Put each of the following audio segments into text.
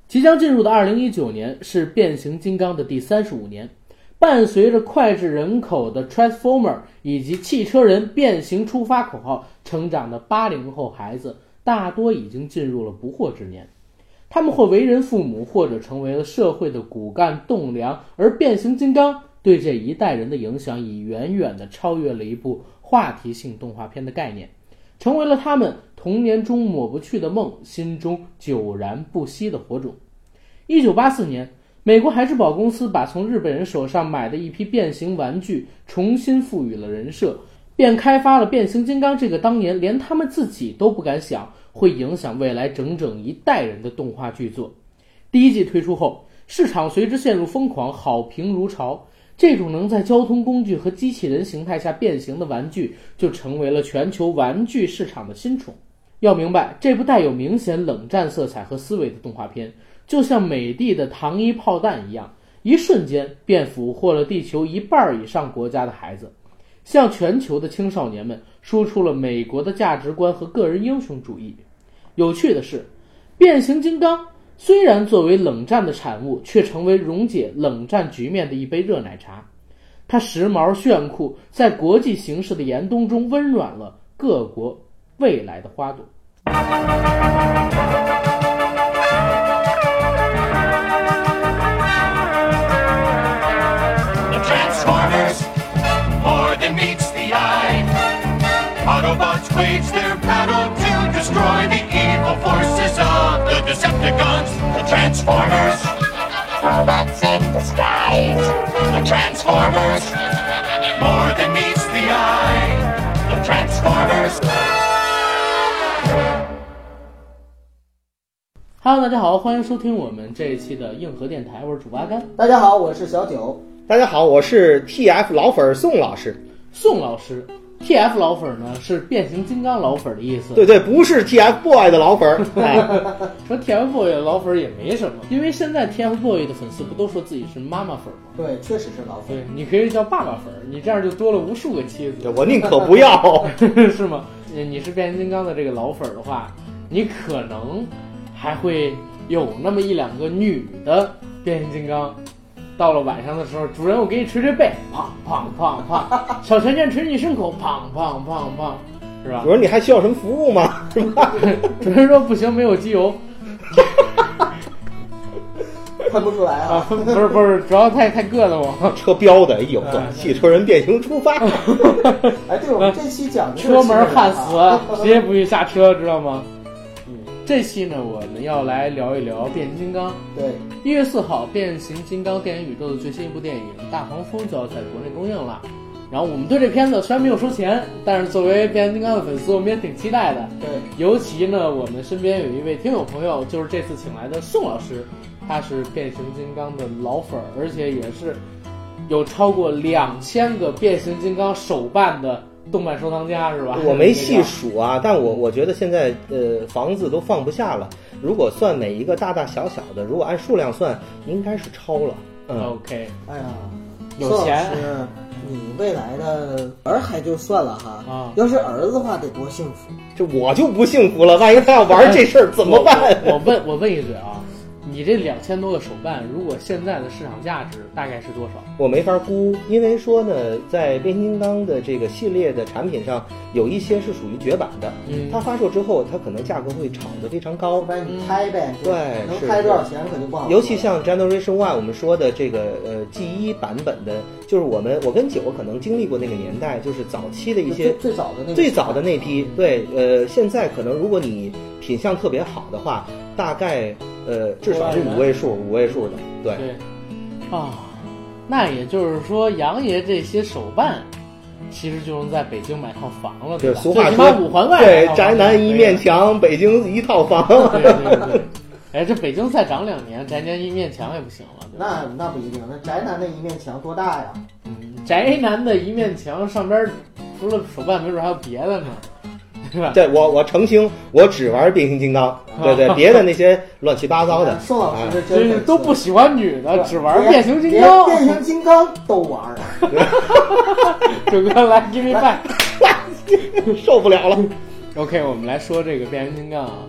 即将进入的2019年是变形金刚的第35年，伴随着脍炙人口的 Transformer 以及汽车人变形出发口号成长的80后孩子，大多已经进入了不惑之年。他们或为人父母，或者成为了社会的骨干栋梁，而变形金刚对这一代人的影响已远远地超越了一部话题性动画片的概念，成为了他们童年中抹不去的梦，心中久燃不息的火种。1984年，美国孩之宝公司把从日本人手上买的一批变形玩具重新赋予了人设，便开发了变形金刚这个当年连他们自己都不敢想会影响未来整整一代人的动画巨作。第一季推出后，市场随之陷入疯狂，好评如潮。这种能在交通工具和机器人形态下变形的玩具就成为了全球玩具市场的新宠。要明白，这部带有明显冷战色彩和思维的动画片就像美帝的糖衣炮弹一样，一瞬间便俘获了地球一半以上国家的孩子，向全球的青少年们输出了美国的价值观和个人英雄主义。有趣的是，变形金刚虽然作为冷战的产物，却成为溶解冷战局面的一杯热奶茶。它时髦炫酷，在国际形势的严冬中温暖了各国未来的花朵。 Autobots wage their battle to destroy the evil forces of the Decepticons. The Transformers, robots in disguise. The Transformers, more than meets the eye. The Transformers. Hello， 大家好，欢迎收听我们这一期的硬核电台，我是主播阿甘。 大家好，我是小九。 大家好，我是 TF 老粉宋老师。 宋老师。TF 老粉呢是变形金刚老粉的意思， 对对，不是 TFBOY 的老粉。 说 TFBOY 的老粉也没什么，因为现在 TFBOY 的粉丝不都说自己是妈妈粉吗？ 对，确实是老粉。 对，你可以叫爸爸粉，你这样就多了无数个妻子。 我宁可不要， 是吗？你是变形金刚的这个老粉的话，你可能还会有那么一两个女的变形金刚。到了晚上的时候，主人我给你捶捶背，砰砰砰砰，小拳拳捶你胸口，砰砰砰砰，是吧？ 主人你还需要什么服务吗？是吧？ 主人说不行，没有机油， 喷不出来啊！ 不是，主要太硌得我。 车标的有汽车人变形出发。 哎，对，我们这期讲的车门焊死，谁也不许下车，知道吗？这期呢，我们要来聊一聊变形金刚。 对 ，1月4号，变形金刚电影宇宙的最新一部电影《大黄蜂》就要在国内公映了。然后我们对这片子虽然没有收钱，但是作为变形金刚的粉丝，我们也挺期待的。 对， 尤其呢，我们身边有一位听友朋友，就是这次请来的宋老师，他是变形金刚的老粉，而且也是有超过2000个变形金刚手办的动漫收藏家，是吧？ 我没细数啊，但我觉得现在房子都放不下了。如果算每一个大大小小的，如果按数量算，应该是超了。 OK， 哎呀， 有钱。 你未来的儿还就算了哈，要是儿子的话得多幸福。 这我就不幸福了，万一他要玩这事儿怎么办？ 我问一嘴啊。你这2000多个手办，如果现在的市场价值大概是多少？ 我没法估，因为说呢，在变形金刚的这个系列的产品上，有一些是属于绝版的，它发售之后，它可能价格会炒得非常高。 不然你拍呗， 对， 能拍多少钱可就不好说。 尤其像 Generation One 我们说的这个G1版本的，就是我跟九可能经历过那个年代，就是早期的一些最早的那批，对，现在可能如果你品相特别好的话，大概至少是五位数的，对。 那也就是说，杨爷这些手办，其实就能在北京买套房了，对吧？ 俗话说 5环外， 对，宅男一面墙，北京一套房。 对。哎，这北京再涨2年，宅男一面墙也不行了。 那不一定，那宅男的一面墙多大呀？ 宅男的一面墙上边除了手办，没准还有别的呢。 对，我澄清，我只玩变形金刚，对，别的那些乱七八糟的。 宋老师这真都不喜欢女的，只玩变形金刚， 变形金刚都玩。 九哥来 give me back， 受不了了。 OK， 我们来说这个变形金刚啊，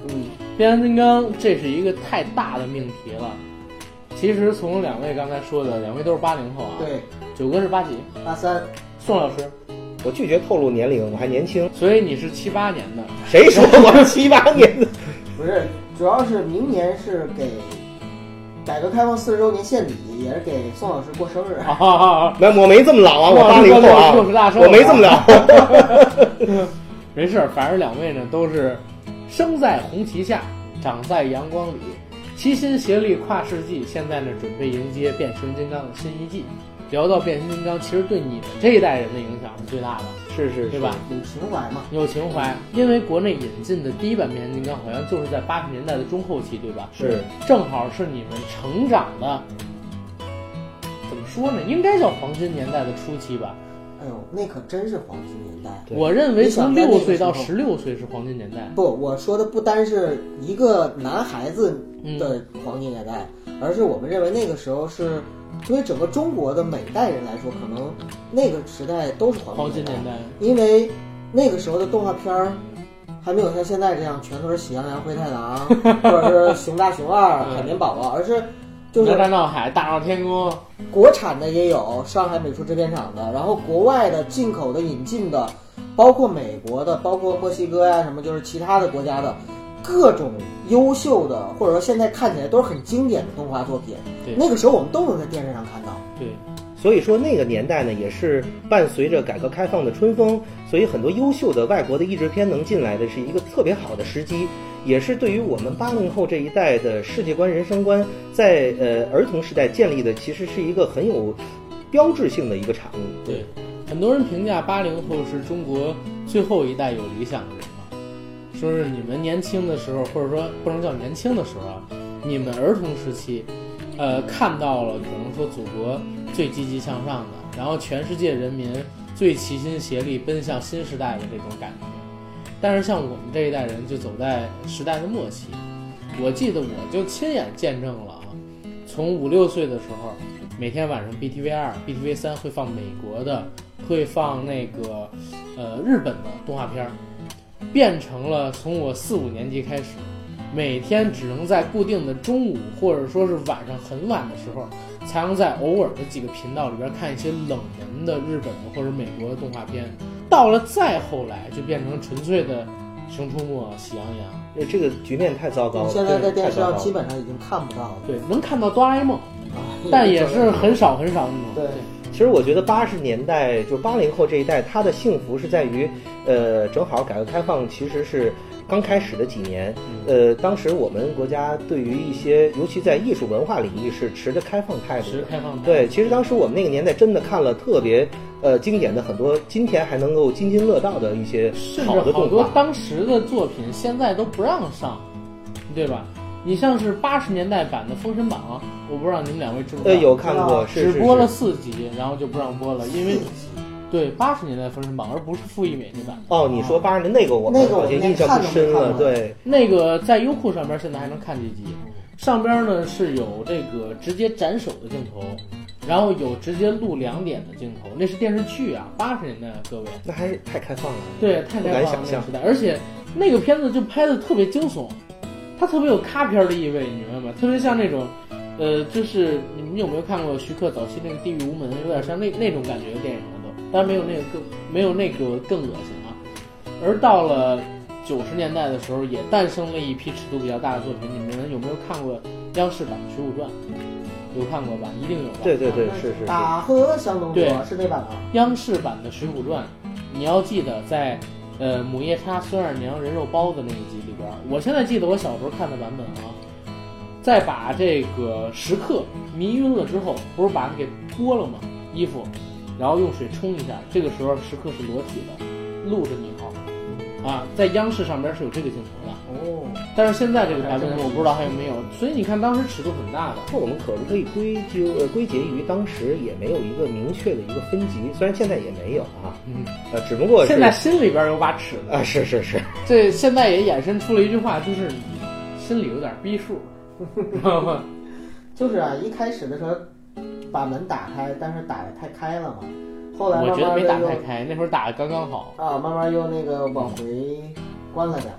变形金刚这是一个太大的命题了。其实从两位刚才说的，两位都是80后啊。 对， 九哥是8几 ？83。 宋老师， 我拒绝透露年龄，我还年轻。 所以你是78年的。 谁说我是78年的？ 不是，主要是明年是给改革开放40周年献礼，也是给宋老师过生日。 我没这么老啊，我80后啊， 60大寿， 我没这么老。 没事，反正两位呢都是生在红旗下，长在阳光里，齐心协力跨世纪。现在呢，准备迎接变形金刚的新一季。聊到变形金刚，其实对你们这一代人的影响是最大的， 是， 对吧？ 有情怀嘛？ 有情怀，因为国内引进的第一版变形金刚好像就是在80年代的中后期，对吧？ 是， 正好是你们成长的，怎么说呢？应该叫黄金年代的初期吧。 哎呦，那可真是黄金年代。 我认为从6岁到16岁是黄金年代。 不，我说的不单是一个男孩子的黄金年代，而是我们认为那个时候是对于整个中国的每代人来说，可能那个时代都是黄金年代，因为那个时候的动画片儿还没有像现在这样全都是喜羊羊、灰太狼，或者是熊大、熊二、海绵宝宝，而是就是哪吒闹海、大闹天宫， 国产的也有，上海美术制片厂的，然后国外的进口的、引进的，包括美国的，包括墨西哥呀什么，就是其他的国家的。各种优秀的，或者说现在看起来都是很经典的动画作品， 对， 那个时候我们都能在电视上看到。 对， 所以说那个年代呢，也是伴随着改革开放的春风，所以很多优秀的外国的译制片能进来的是一个特别好的时机，也是对于我们80后这一代的世界观、人生观，在儿童时代建立的，其实是一个很有标志性的一个产物。 对，很多人评价80后是中国最后一代有理想的人。说是你们年轻的时候，或者说不能叫年轻的时候啊，你们儿童时期，看到了可能说祖国最积极向上的，然后全世界人民最齐心协力奔向新时代的这种感觉。但是像我们这一代人就走在时代的末期。我记得我就亲眼见证了啊，从5、6岁的时候，每天晚上 BTV2、BTV3 会放美国的，会放那个日本的动画片，变成了从我4、5年级开始，每天只能在固定的中午或者说是晚上很晚的时候，才能在偶尔的几个频道里边看一些冷门的日本的或者美国的动画片。到了再后来就变成纯粹的熊出没、喜羊羊， 这个局面太糟糕了。 现在在电视上基本上已经看不到了。 对，能看到哆啦 A 梦，但也是很少很少那种。 对。 其实我觉得80年代就80后这一代，他的幸福是在于，正好改革开放其实是刚开始的几年，当时我们国家对于一些，尤其在艺术文化领域是持着开放态度的。 持开放态度。 对，其实当时我们那个年代真的看了特别经典的很多，今天还能够津津乐道的一些好的动画。 甚至好多当时的作品现在都不让上，对吧？你像是80年代版的《封神榜》，我不知道你们两位知不知道？ 有看过， 只播了4集，然后就不让播了，因为对80年代《封神榜》，而不是傅艺美那版。 哦，你说80年那个我好像印象不深了。对， 那个在优酷上边现在还能看几集，上边呢是有这个直接斩首的镜头，然后有直接录2点的镜头，那是电视剧啊，80年代啊，各位， 那还是太开放了。 对，太开放了那个时代，而且那个片子就拍的特别惊悚。它特别有咖片的意味，你明白吗？特别像那种，就是你们有没有看过徐克早期那个《地狱无门》，有点像那种感觉的电影了都，当然没有那个更恶心啊。而到了90年代的时候，也诞生了一批尺度比较大的作品。你们有没有看过央视版的《水浒传》？有看过吧？一定有吧？ 对，是。 大河向东流是那版的。 央视版的《水浒传》，你要记得在。母夜叉孙二娘人肉包子那一集里边，我现在记得我小时候看的版本啊，在把这个食客迷晕了之后，不是把他给脱了吗？衣服，然后用水冲一下，这个时候食客是裸体的，露着你啊，在央视上边是有这个镜头的哦。 但是现在这个版本我不知道还有没有，所以你看当时尺度很大的。 那我们可不可以归结于当时也没有一个明确的一个分级，虽然现在也没有啊，只不过是现在心里边有把尺子啊，是。 这现在也衍生出了一句话，就是心里有点逼数，知道吗？ 就是啊，一开始的时候把门打开，但是打得太开了嘛。后来我觉得没打太开，那会儿打得刚刚好啊，慢慢又那个往回关了点。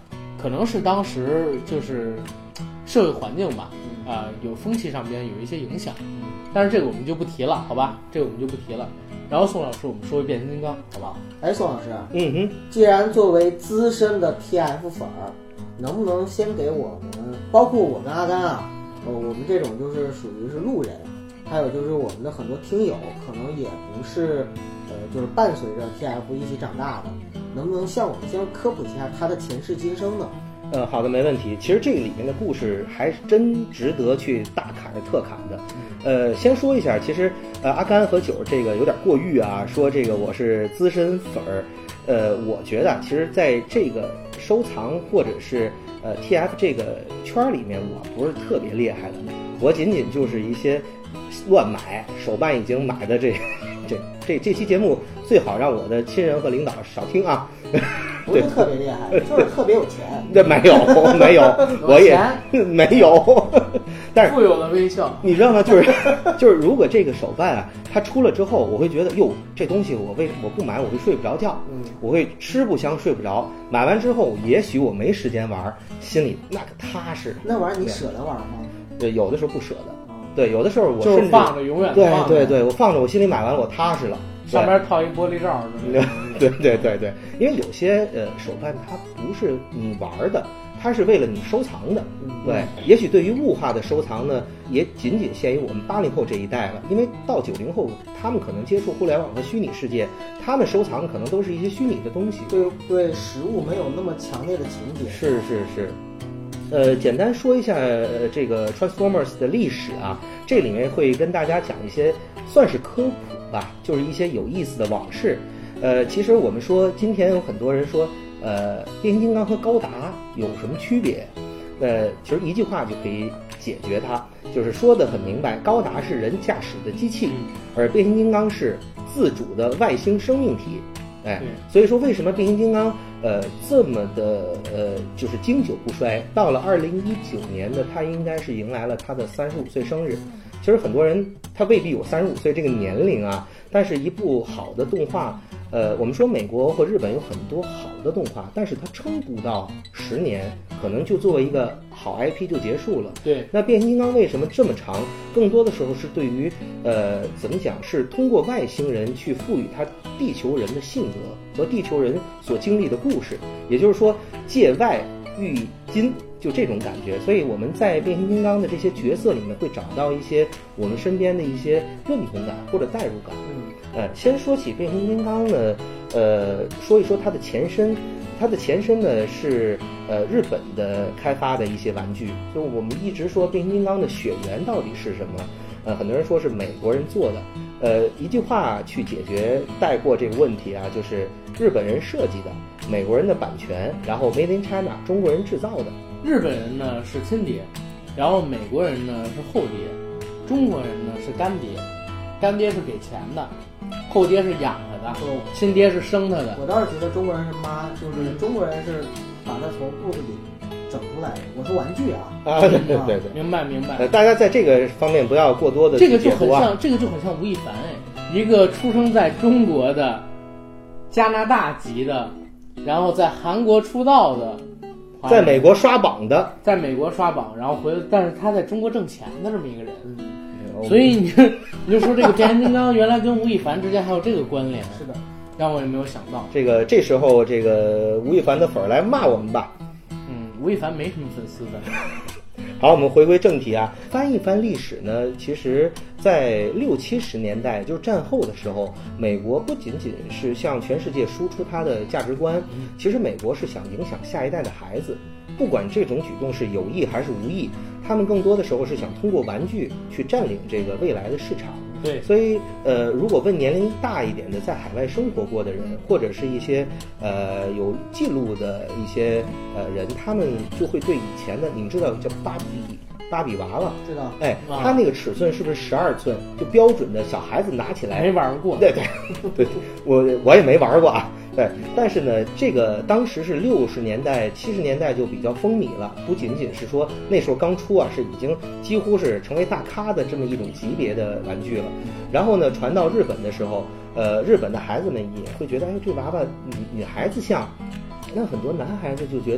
可能是当时就是社会环境吧，有风气上边有一些影响，但是这个我们就不提了，好吧？这个我们就不提了。然后宋老师，我们说回变形金刚，好不好？ 哎，宋老师，既然作为资深的 TF 粉儿，能不能先给我们，包括我跟阿甘啊，我们这种就是属于是路人，还有就是我们的很多听友，可能也不是，就是伴随着 TF 一起长大的，能不能向我们先科普一下他的前世今生呢？ 好的，没问题。其实这个里面的故事还真值得去大侃特侃的。先说一下，其实阿甘和九这个有点过誉啊，说这个我是资深粉儿。我觉得其实在这个收藏或者是TF 这个圈里面，我不是特别厉害的，我仅仅就是一些乱买，手办已经买的这期节目最好让我的亲人和领导少听啊。 不是特别厉害，就是特别有钱。 这没有，我也没有。但是富有的微笑， 你知道吗？就是如果这个手办啊，它出了之后，我会觉得哟，这东西我不买，我会睡不着觉，我会吃不香睡不着。买完之后，也许我没时间玩，心里那个踏实。 那玩意儿你舍得玩吗？ 对，有的时候不舍得。对，有的时候我就是放着，永远放着。 对，我放着，我心里买完了，我踏实了。 上边套一玻璃罩。 对，因为有些手办它不是你玩的，它是为了你收藏的。对，也许对于物化的收藏呢，也仅仅限于我们80后这一代了，因为到90后，他们可能接触互联网和虚拟世界，他们收藏可能都是一些虚拟的东西， 对实物没有那么强烈的情节。 是。简单说一下这个 Transformers 的历史啊，这里面会跟大家讲一些算是科普吧，就是一些有意思的往事。其实我们说今天有很多人说，变形金刚和高达有什么区别？其实一句话就可以解决它，就是说得很明白，高达是人驾驶的机器，而变形金刚是自主的外星生命体。所以说为什么变形金刚这么的就是经久不衰？到了2019年呢，它应该是迎来了它的35岁生日。其实很多人他未必有35岁这个年龄啊，但是一部好的动画，我们说美国或日本有很多好的动画，但是它撑不到10年，可能就作为一个好 IP 就结束了。 对， 那变形金刚为什么这么长？更多的时候是对于怎么讲，是通过外星人去赋予他地球人的性格和地球人所经历的故事，也就是说借外喻今，就这种感觉。所以我们在变形金刚的这些角色里面会找到一些我们身边的一些认同感或者代入感。先说起变形金刚呢，说一说它的前身。它的前身呢是日本的开发的一些玩具，就我们一直说变形金刚的血缘到底是什么？很多人说是美国人做的，一句话去解决带过这个问题啊，就是日本人设计的，美国人的版权，然后 Made in China 中国人制造的。 日本人呢是亲爹，然后美国人呢是后爹，中国人呢是干爹，干爹是给钱的，后爹是养他的，亲爹是生他的。 我倒是觉得中国人是妈，就是中国人是把他从肚子里整出来的。我说玩具啊， 对， 明白。 大家在这个方面不要过多的这个就很像吴亦凡一个出生在中国的加拿大籍的，然后在韩国出道的， 在美国刷榜的， 然后回来，但是他在中国挣钱的这么一个人。所以你就说这个变形金刚原来跟吴亦凡之间还有这个关联， 是的， 让我也没有想到。 这时候这个吴亦凡的粉儿来骂我们吧。 吴亦凡没什么粉丝的。 好，我们回归正题啊，翻一翻历史呢，其实在60、70年代，就是战后的时候，美国不仅仅是向全世界输出它的价值观，其实美国是想影响下一代的孩子，不管这种举动是有意还是无意，他们更多的时候是想通过玩具去占领这个未来的市场。 对， 所以如果问年龄大一点的在海外生活过的人，或者是一些有记录的一些人，他们就会对以前的，你们知道叫芭比娃娃， 知道？ 它那个尺寸是不是12寸？就标准的小孩子拿起来。 没玩过。 对，我也没玩过啊。对，但是呢，这个当时是60年代、70年代就比较风靡了，不仅仅是说那时候刚出啊，是已经几乎是成为大咖的这么一种级别的玩具了。然后呢，传到日本的时候，日本的孩子们也会觉得，这娃娃女孩子像。那很多男孩子就觉得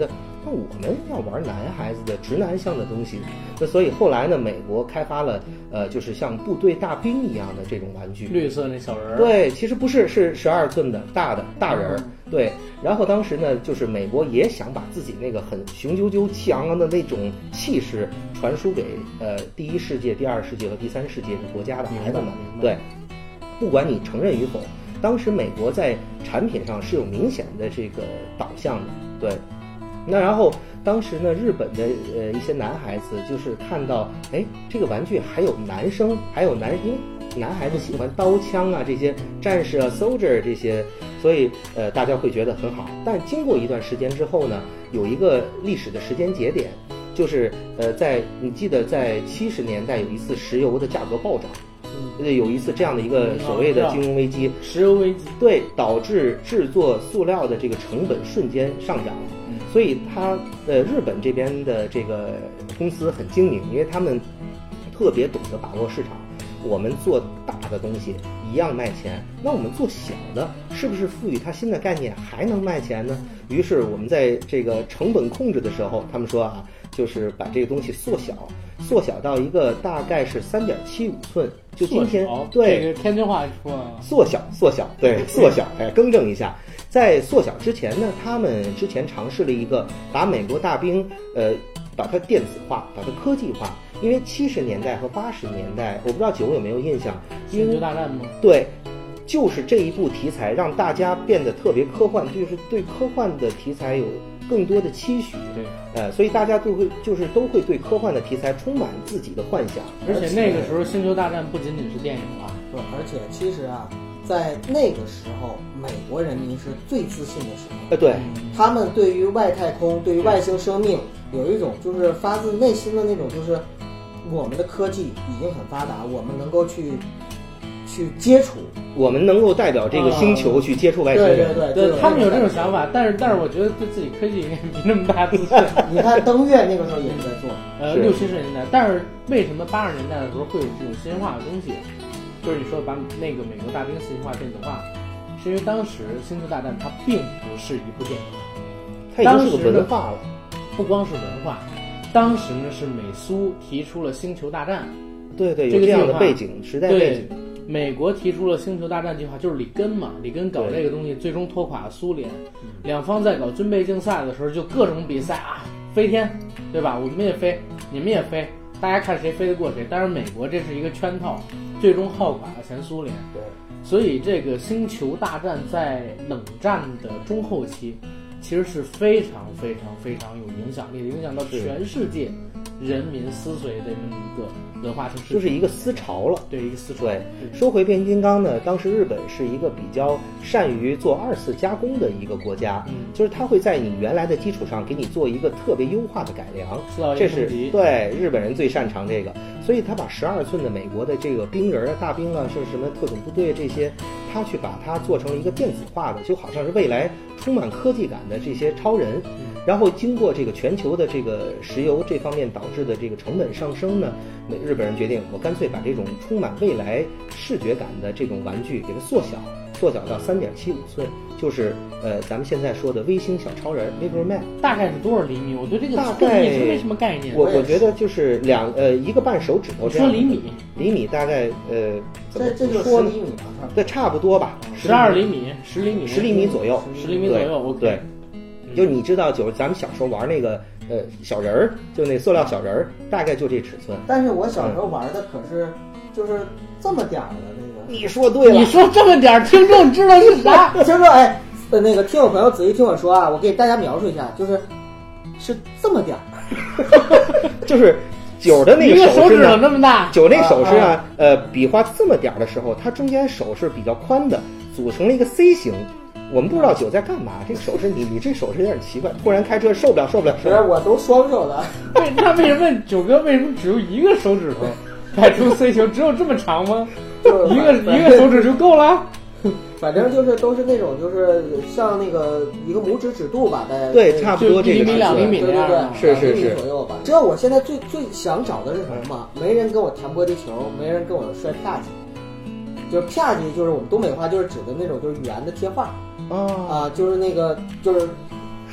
那我们要玩男孩子的直男向的东西。那所以后来呢，美国开发了就是像部队大兵一样的这种玩具， 绿色那小人儿。 对，其实不是，是12寸的大人儿。对，然后当时呢，就是美国也想把自己那个很雄赳赳、气昂昂的那种气势传输给第一世界、第二世界和第三世界的国家的孩子们。对，不管你承认与否，当时美国在产品上是有明显的这个导向的。对，那然后当时呢，日本的一些男孩子就是看到，哎，这个玩具还有男生，还有因为男孩子喜欢刀枪啊，这些战士啊 soldier 这些，所以大家会觉得很好。但经过一段时间之后呢，有一个历史的时间节点，就是你记得在70年代有一次石油的价格暴涨，有一次这样的一个所谓的金融危机， 石油危机， 对，导致制作塑料的这个成本瞬间上涨。所以日本这边的这个公司很精明，因为他们特别懂得把握市场。我们做大的东西一样卖钱，那我们做小的是不是赋予它新的概念还能卖钱呢？于是我们在这个成本控制的时候，他们说啊，就是把这个东西缩小到一个大概是3.75寸，就今天对这个天津话说缩小，对，缩小，更正一下。在缩小之前呢，他们之前尝试了一个把美国大兵把它电子化，把它科技化。因为70年代和80年代，我不知道9有没有印象， 星球大战吗？ 对，就是这一部题材让大家变得特别科幻，就是对科幻的题材有更多的期许。 对， 所以大家都会对科幻的题材充满自己的幻想。 而且那个时候，星球大战不仅仅是电影啊， 对，而且其实啊，在那个时候，美国人民是最自信的时候。 对， 他们对于外太空、对于外星生命，有一种就是发自内心的那种，就是我们的科技已经很发达，我们能够去接触， 我们能够代表这个星球去接触外星人。 对， 他们有这种想法，但是我觉得对自己科技应该没那么大自信。 你看登月那个时候也是在做 ，60、70年代，但是为什么80年代的时候会有这种新型化的东西？就是你说把那个美国大兵新型化、电子化，是因为当时《星球大战》它并不是一部电影， 它已经是个文化了， 不光是文化。当时呢是美苏提出了星球大战， 对，有这样的背景，时代背景。 美国提出了星球大战计划，就是里根嘛，里根搞这个东西，最终拖垮了苏联。两方在搞军备竞赛的时候，就各种比赛啊，飞天，对吧？我们也飞，你们也飞，大家看谁飞得过谁。但是美国这是一个圈套，最终耗垮了前苏联。 对， 所以这个星球大战在冷战的中后期，其实是非常非常非常有影响力的，影响到全世界人民思维的这么一个文化性事情， 就是一个思潮了。 对，一个思潮。 对，说回变形金刚呢，当时日本是一个比较善于做2次加工的一个国家，就是它会在你原来的基础上给你做一个特别优化的改良，这是对日本人最擅长这个，所以他把12寸的美国的这个兵人啊、大兵啊，是什么特种部队这些，他去把它做成了一个电子化的，就好像是未来充满科技感的这些超人。然后经过这个全球的这个石油这方面导致的这个成本上升呢，日本人决定我干脆把这种充满未来视觉感的这种玩具给它缩小到3.75寸，就是咱们现在说的微星小超人 Little Man。 大概是多少厘米？我对这个大概也是没什么概念。 我觉得就是一个半手指头这样。 说厘米？ 厘米大概这就是10厘米吧？ 对，差不多吧。 12厘米，10厘米，10 厘米左右 ，10厘米左右。 对。就你知道，就是咱们小时候玩那个小人儿，就那塑料小人儿，大概就这尺寸。 但是我小时候玩的可是就是这么点儿的那个。 你说对了， 你说这么点儿，听众知道是啥？ 听众那个听友朋友仔细听我说啊，我给大家描述一下，是这么点儿， 就是九的那个手势呢， 那么大， 九那手势啊，比划这么点儿的时候，它中间手是比较宽的，组成了一个 C 型。我们不知道九在干嘛，这个手势你这手势有点奇怪，突然开车受不了。 不是，我都双手的。 他为什么九哥为什么只有一个手指头摆出 C 型？只有这么长吗？一个手指就够了。 反正都是那种像那个一个拇指指肚吧，大概对，差不多这个 1厘米2厘米对， 是 2厘米左右吧。知道我现在最想找的是什么吗？没人跟我弹玻璃球，没人跟我摔啪叽。就是啪叽，就是我们东北话就是指的那种就是圆的贴画。就是那个就是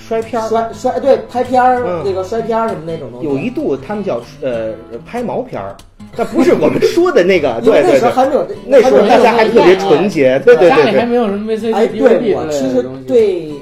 摔片儿， 对拍片儿、 嗯那个摔片儿什么那种东西。 有一度他们叫拍毛片儿，但不是我们说的那个， 因为那对对对， 时候还没有， 那时候大家还特别纯洁，对对家里还对对。 没有什么 VCD、 哎， DVD 对我其实之类的东西。 对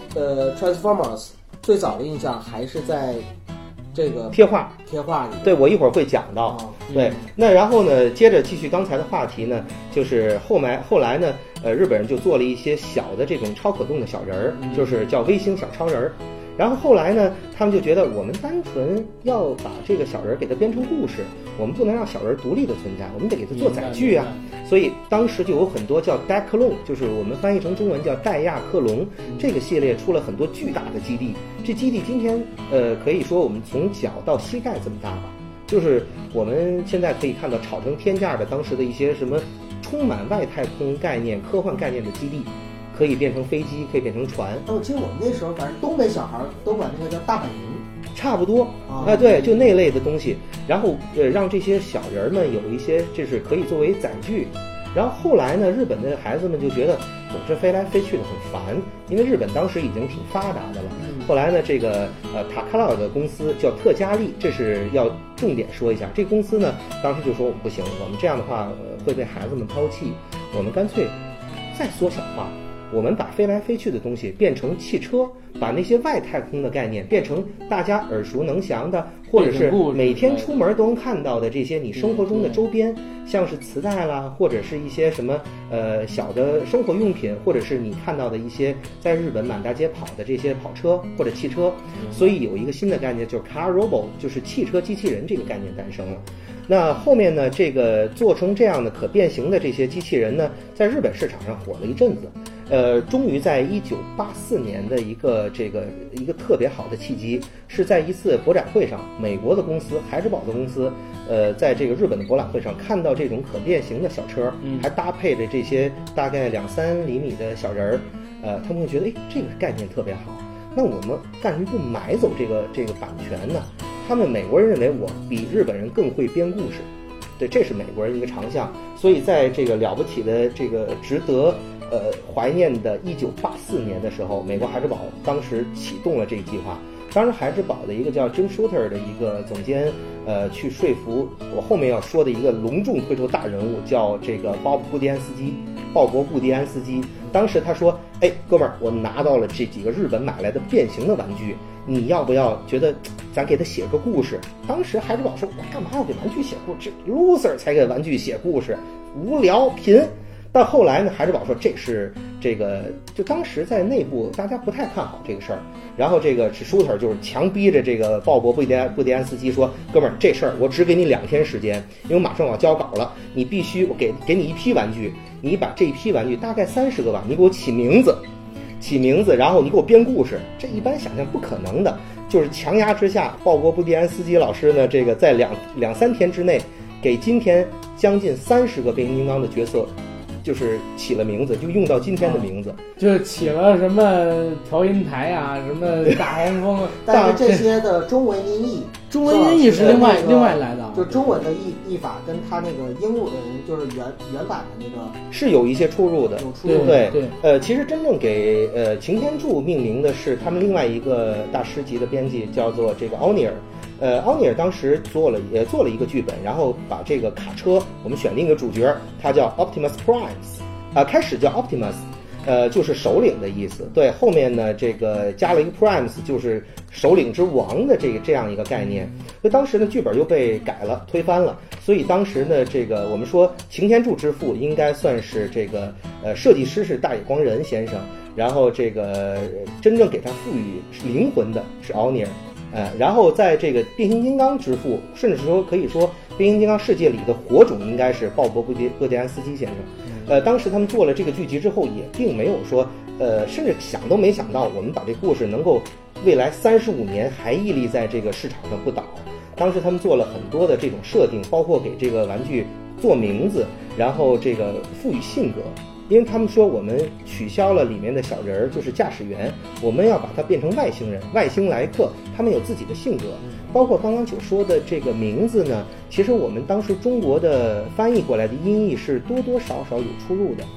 Transformers 最早的印象还是在这个贴画， 贴画里。 对我一会儿会讲到。 啊， 对，那然后呢，接着继续刚才的话题呢，就是后来呢，日本人就做了一些小的这种超可动的小人儿，就是叫微星小超人儿。然后后来呢，他们就觉得我们单纯要把这个小人儿给它编成故事，我们不能让小人儿独立的存在，我们得给它做载具啊。所以当时就有很多叫戴克隆，就是我们翻译成中文叫戴亚克隆，这个系列出了很多巨大的基地。这基地今天可以说我们从脚到膝盖这么大吧，就是我们现在可以看到炒成天价的当时的一些什么充满外太空概念、科幻概念的基地，可以变成飞机，可以变成船。 我记得我们那时候，反正东北小孩都管那个叫大本营， 差不多啊对，就那类的东西。然后让这些小人们有一些就是可以作为载具。然后后来呢，日本的孩子们就觉得我这飞来飞去的很烦，因为日本当时已经挺发达的了。后来呢，这个塔卡拉的公司叫特加利，这是要重点说一下。这个公司呢，当时就说我们不行，我们这样的话会被孩子们抛弃，我们干脆再缩小化。我们把飞来飞去的东西变成汽车，把那些外太空的概念变成大家耳熟能详的，或者是每天出门都能看到的这些你生活中的周边，像是磁带啦，或者是一些什么小的生活用品，或者是你看到的一些在日本满大街跑的这些跑车或者汽车。所以有一个新的概念就是 car robot， 就是汽车机器人这个概念诞生了。那后面呢，这个做成这样的可变形的这些机器人呢，在日本市场上火了一阵子。终于在1984年的一个特别好的契机，是在一次博展会上，美国的公司孩之宝的公司，在这个日本的博览会上看到这种可变形的小车，还搭配着这些大概2-3厘米的小人儿，他们会觉得，哎，这个概念特别好，那我们干什么不买走这个版权呢？他们美国人认为我比日本人更会编故事，对，这是美国人一个长项。所以在这个了不起的这个值得怀念的1984年的时候，美国孩之宝当时启动了这个计划。当时孩之宝的一个叫 Jim Shooter 的一个总监，去说服我后面要说的一个隆重推出大人物，叫这个鲍勃·布迪安斯基。当时他说：“哎，哥们儿，我拿到了这几个日本买来的变形的玩具，你要不要觉得咱给他写个故事？”当时孩之宝说：“我干嘛要给玩具写故事？这 loser 才给玩具写故事，无聊贫。”但后来呢，孩之宝说这是这个，就当时在内部大家不太看好这个事儿。然后这个是舒特就是强逼着这个鲍勃布迪安斯基说：“哥们儿，这事儿我只给你2天时间，因为马上我要交稿了，你必须我给你一批玩具，你把这一批玩具大概30个吧，你给我起名字，然后你给我编故事。”这一般想象不可能的，就是强压之下，鲍勃布迪安斯基老师呢，这个在2-3天之内，给今天将近30个变形金刚的角色。就是起了名字，就用到今天的名字， 就起了什么调音台啊，什么大黄蜂， 但是这些的中文音译是另外来的， 就中文的译法跟他那个英文就是原版的那个是有一些出入的， 有出入。 对，其实真正给擎天柱命名的是他们另外一个大师级的编辑，叫做这个奥尼尔。奥尼尔当时做了一个剧本，然后把这个卡车，我们选定一个主角，他叫 Optimus Prime，开始叫 Optimus，就是首领的意思。对，后面呢这个加了一个 Primes，就是首领之王的这样一个概念。所以当时呢剧本又被改了，推翻了。所以当时呢这个我们说擎天柱之父应该算是这个设计师是大野光人先生，然后这个真正给他赋予灵魂的是奥尼尔。然后在这个变形金刚之父，甚至说可以说变形金刚世界里的火种应该是鲍勃布迪安斯基先生。当时他们做了这个剧集之后，也并没有说甚至想都没想到我们把这故事能够未来35年还屹立在这个市场上不倒。当时他们做了很多的这种设定，包括给这个玩具做名字，然后这个赋予性格。因为他们说我们取消了里面的小人儿，就是驾驶员，我们要把它变成外星人，外星来客，他们有自己的性格。包括刚刚所说的这个名字呢，其实我们当时中国的翻译过来的音译是多多少少有出入的。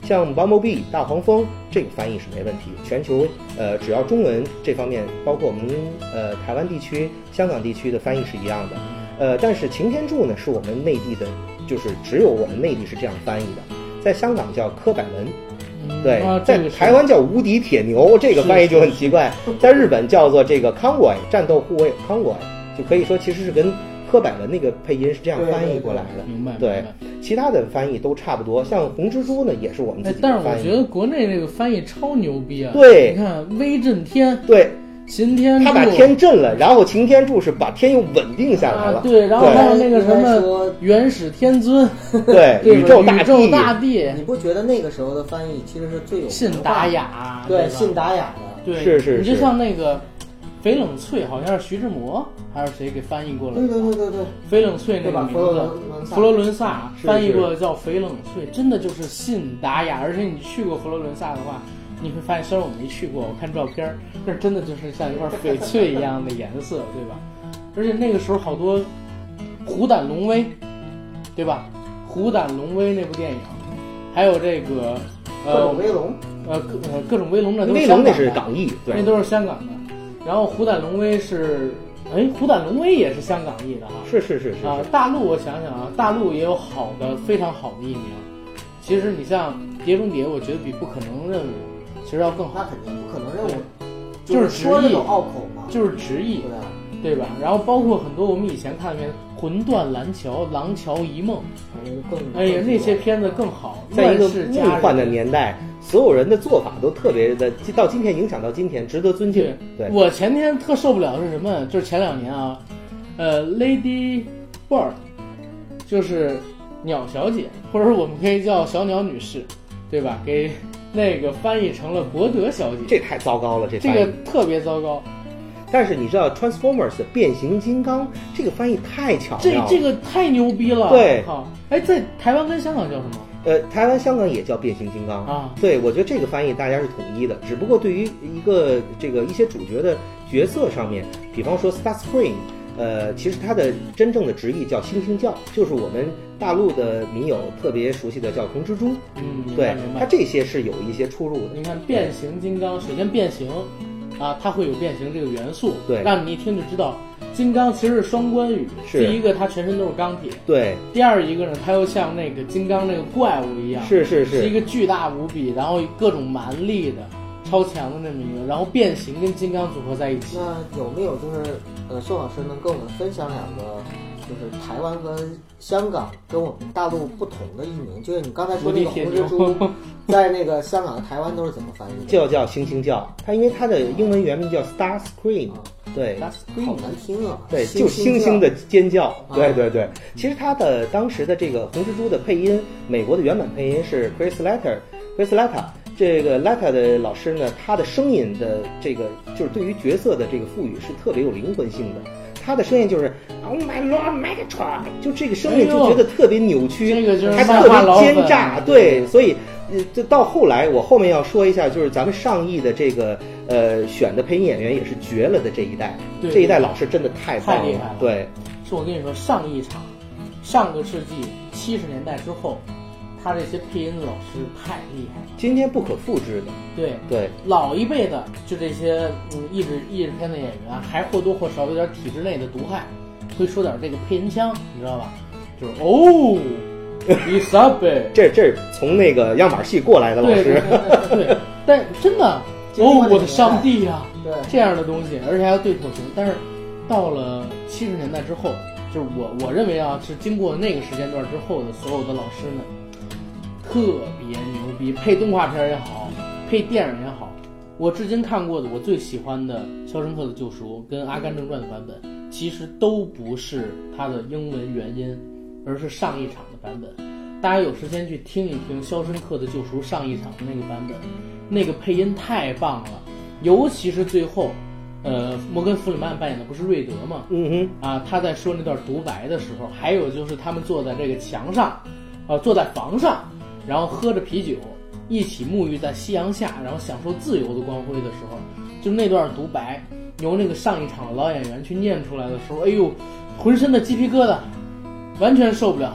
像 Bumblebee 大黄蜂这个翻译是没问题，全球只要中文这方面，包括我们台湾地区、香港地区的翻译是一样的。但是擎天柱呢是我们内地的，就是只有我们内地是这样翻译的，在香港叫柯百文。对，在台湾叫无敌铁牛，这个翻译就很奇怪。在日本叫做这个 Convoy 战斗护卫 Convoy， 就可以说其实是跟柯百文那个配音是这样翻译过来的。 明白。 对，其他的翻译都差不多。像红蜘蛛呢，也是我们自己的翻译。 但是我觉得国内这个翻译超牛逼啊！ 对， 你看威震天， 对。 擎天柱， 他把天震了，然后擎天柱是把天又稳定下来了。 对，然后还有那个什么元始天尊， 对，宇宙大帝。 你不觉得那个时候的翻译其实是最有信达雅？ 对，信达雅的。 对， 是。 你就像那个翡冷翠，好像是徐志摩还是谁给翻译过了？ 对。 翡冷翠那个名字，佛罗伦萨翻译过的叫翡冷翠，真的就是信达雅。而且你去过佛罗伦萨的话，你会发现，虽然我没去过，我看照片，但是真的就是像一块翡翠一样的颜色，对吧？而且那个时候好多虎胆龙威，对吧？虎胆龙威那部电影，还有这个各种威龙， 各种威龙那都是香港的，威龙那是港译，对， 那都是香港的。然后虎胆龙威是，虎胆龙威也是香港译的哈。 是啊，大陆我想想啊，大陆也有好的非常好的译名。其实你像《碟中谍》，我觉得比《不可能任务》其实要更好。 那肯定不可能任务， 就是直译， 有拗口嘛， 就是直译，对吧？然后包括很多我们以前看的片，《魂断蓝桥》《廊桥遗梦》，哎呀，那些片子更好。 在一个梦幻的年代，所有人的做法都特别的，到今天影响到今天，值得尊敬。对， 我前天特受不了的是什么？就是前2年啊，Lady Bird， 就是鸟小姐，或者我们可以叫小鸟女士，对吧？给那个翻译成了伯德小姐， 这太糟糕了， 这个特别糟糕。 但是你知道 Transformers 变形金刚这个翻译太巧妙了， 这个太牛逼了。 对， 在台湾跟香港叫什么？ 台湾、香港也叫变形金刚啊。 对，我觉得这个翻译大家是统一的，只不过对于一些主角的角色上面，比方说 Starscream。其实它的真正的直译叫星星叫，就是我们大陆的民友特别熟悉的叫红蜘蛛。对，它这些是有一些出入的。 你看变形金刚，首先变形啊，它会有变形这个元素， 对， 让你一听就知道金刚其实是双关语。 是第一个，它全身都是钢铁。 对。 第二一个呢，它又像那个金刚那个怪物一样， 是一个巨大无比，然后各种蛮力的。超强的那么一个，然后变形跟金刚组合在一起。 那有没有就是宋老师能跟我们分享2个，就是台湾和香港跟我们大陆不同的译名？就是你刚才说那个红蜘蛛，在那个香港和台湾都是怎么翻译的？ 叫星星叫，它因为它的英文原名叫 Starscream，对， 好难听啊。 对，就星星的尖叫。对。其实它的当时的这个红蜘蛛的配音，美国的原版配音是 Chris Latta。这个 Latta 的老师呢，他的声音的这个就是对于角色的这个赋予是特别有灵魂性的。他的声音就是 Oh my Lord Megatron， 就这个声音就觉得特别扭曲，还特别奸诈。对，所以就到后来，我后面要说一下，就是咱们上译的这这个选的配音演员也是绝了的这一代，这一代老师真的太棒厉害了。 对， 是我跟你说，上一场，上个世纪70年代之后。他这些配音的老师太厉害了， 今天不可复制的。对， 老一辈的就这些译制片的演员啊，还或多或少有点体制内的毒害，会说点这个配音腔，你知道吧？就是伊莎贝， 这从那个样板戏过来的老师。 对，但真的我的上帝呀， 对这样的东西，而且还要对口型。但是到了70年代之后，就是我认为啊，是经过那个时间段之后的所有的老师们。特别牛逼，配动画片也好，配电影也好，我至今看过的我最喜欢的《肖申克的救赎》跟《阿甘正传》的版本，其实都不是它的英文原音，而是上一场的版本。大家有时间去听一听《肖申克的救赎》上一场的那个版本，那个配音太棒了，尤其是最后，摩根·弗里曼扮演的不是瑞德吗？他在说那段独白的时候，还有就是他们坐在这个墙上，坐在房上。然后喝着啤酒，一起沐浴在夕阳下，然后享受自由的光辉的时候，就那段独白，由那个上一场的老演员去念出来的时候，哎呦，浑身的鸡皮疙瘩，完全受不了。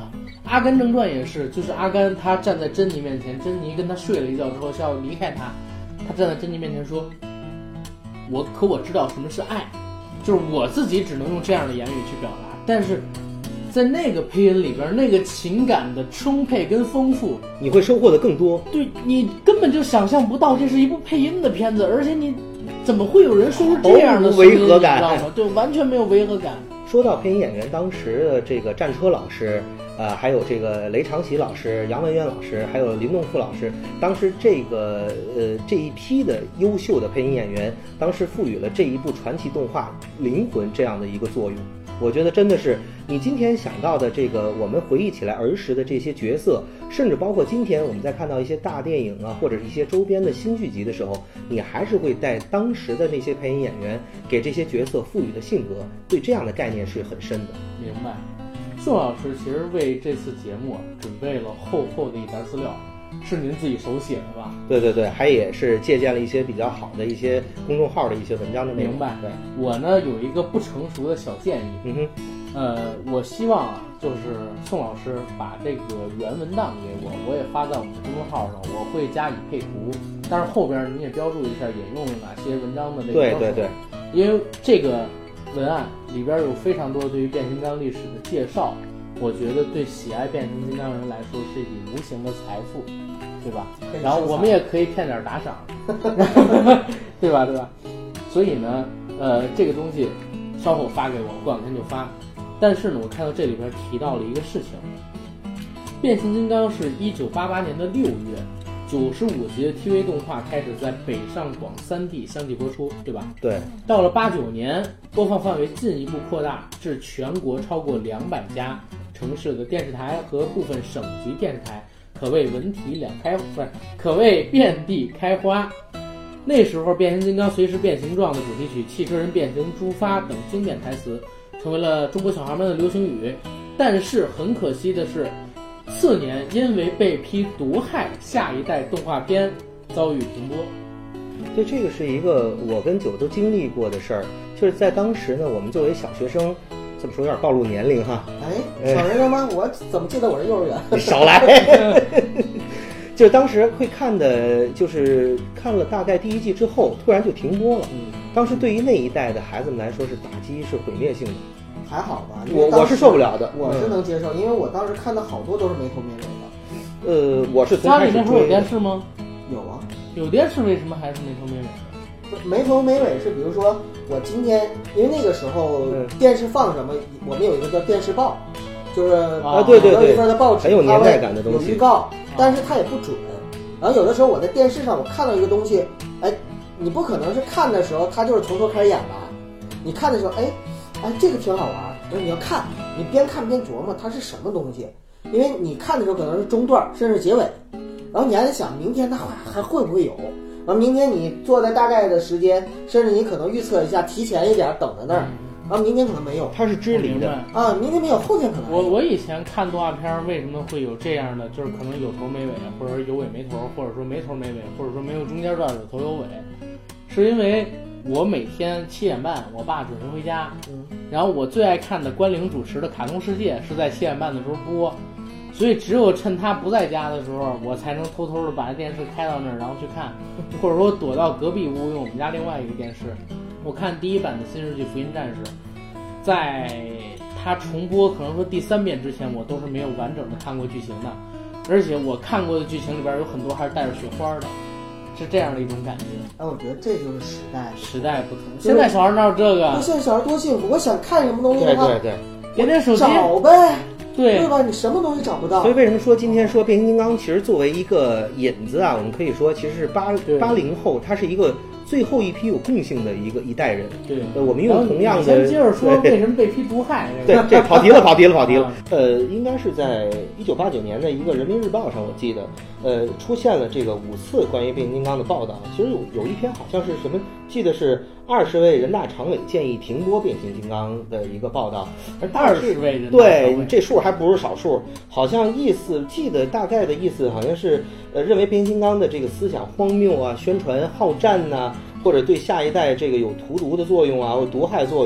阿甘正传也是，就是阿甘他站在珍妮面前，珍妮跟他睡了一觉之后是要离开他，他站在珍妮面前说：“我知道什么是爱，就是我自己只能用这样的言语去表达，但是在那个配音里边，那个情感的充沛跟丰富， 你会收获的更多。 对你根本就想象不到这是一部配音的片子，而且你怎么会有人说出这样的声音， 违和感， 你知道吗？对，完全没有违和感。 说到配音演员，当时的这个战车老师，还有这个雷长喜老师、杨文渊老师，还有林栋富老师，当时这一批的优秀的配音演员，当时赋予了这一部传奇动画灵魂这样的一个作用。我觉得真的是你今天想到的这个，我们回忆起来儿时的这些角色，甚至包括今天我们在看到一些大电影啊，或者一些周边的新剧集的时候，你还是会在当时的那些配音演员给这些角色赋予的性格，对这样的概念是很深的。 明白。宋老师其实为这次节目准备了厚厚的一沓资料，是您自己手写的吧？ 对对对，还也是借鉴了一些比较好的一些公众号的一些文章的内容。 明白。 对， 我呢有一个不成熟的小建议，我希望啊，就是宋老师把这个原文档给我，我也发在我们的公众号上，我会加以配图，但是后边你也标注一下引用了哪些文章的这个对对对， 因为这个文案里边有非常多对于变形金刚历史的介绍，我觉得对喜爱变形金刚人来说是一笔无形的财富，对吧？然后我们也可以骗点打赏，对吧？所以呢，这个东西稍后发给我，过两天就发。但是呢，我看到这里边提到了一个事情，变形金刚是1988年的6月，95集的 TV 动画开始在北上广3地相继播出，对吧？ 对。 到了89年，播放范围进一步扩大至全国超过200家城市的电视台和部分省级电视台，可谓可谓遍地开花。那时候，变形金刚随时变形状的主题曲《汽车人变形出发》等经典台词，成为了中国小孩们的流行语。但是很可惜的是，次年因为被批毒害，下一代动画片遭遇停播。 这个是一个我跟九都经历过的事儿，就是在当时呢，我们作为小学生，这么说有点暴露年龄哈。 小学生吗？我怎么记得我是幼儿园？ 你少来。就是当时会看的，就是看了大概第1季之后，突然就停播了。当时对于那一代的孩子们来说，是打击，是毁灭性的。 还好吧， 我是受不了的， 我是能接受，因为我当时看的好多都是没头没尾的。我是从家里那会儿有电视吗？ 有啊， 有电视，为什么还是没头没尾的？ 没头没尾是，比如说我今天，因为那个时候电视放什么，我们有一个叫电视报，就是对对对， 一份的报纸， 很有年代感的东西， 有预告，但是它也不准。然后有的时候我在电视上我看到一个东西，你不可能是看的时候它就是从头开始演吧？你看的时候，这个挺好玩，就是你要看，你边看边琢磨它是什么东西，因为你看的时候可能是中段甚至结尾，然后你还在想明天它还会不会有，然后明天你坐在大概的时间，甚至你可能预测一下，提前一点等在那儿。然后明天可能没有， 它是支离的啊，明天没有，后天可能没有。 我以前看动画片为什么会有这样的，就是可能有头没尾，或者有尾没头，或者说没头没尾，或者说没有中间段有头有尾，是因为我每天7点半我爸准时回家，然后我最爱看的关凌主持的《卡通世界》是在7点半的时候播，所以只有趁他不在家的时候，我才能偷偷的把电视开到那儿，然后去看，或者说躲到隔壁屋用我们家另外一个电视。我看第1版的新世纪福音战士，在它重播可能说第3遍之前，我都是没有完整的看过剧情的，而且我看过的剧情里边有很多还是带着雪花的，是这样的一种感觉。 我觉得这就是时代不同。现在小孩哪有这个？ 现在小孩多幸福！我想看什么东西的话， 对， 点点手机找呗。 对吧？你什么东西找不到？ 所以为什么说今天说变形金刚，其实作为一个引子啊，我们可以说其实是80后，它是一个最后一批有共性的一代人。 对， 我们用同样的。 先接着说为什么被批毒害？ 对，这跑题了。应该是在1989年的一个人民日报上，我记得，出现了这个5次关于变形金刚的报道。其实有一篇好像是什么，记得是20位人大常委建议停播变形金刚的一个报道。而 20位人大常委， 对，这数还不是少数。好像意思记得大概的意思好像是，认为变形金刚的这个思想荒谬啊，宣传好战呐，或者对下一代这个有荼毒的作用啊，或毒害作用。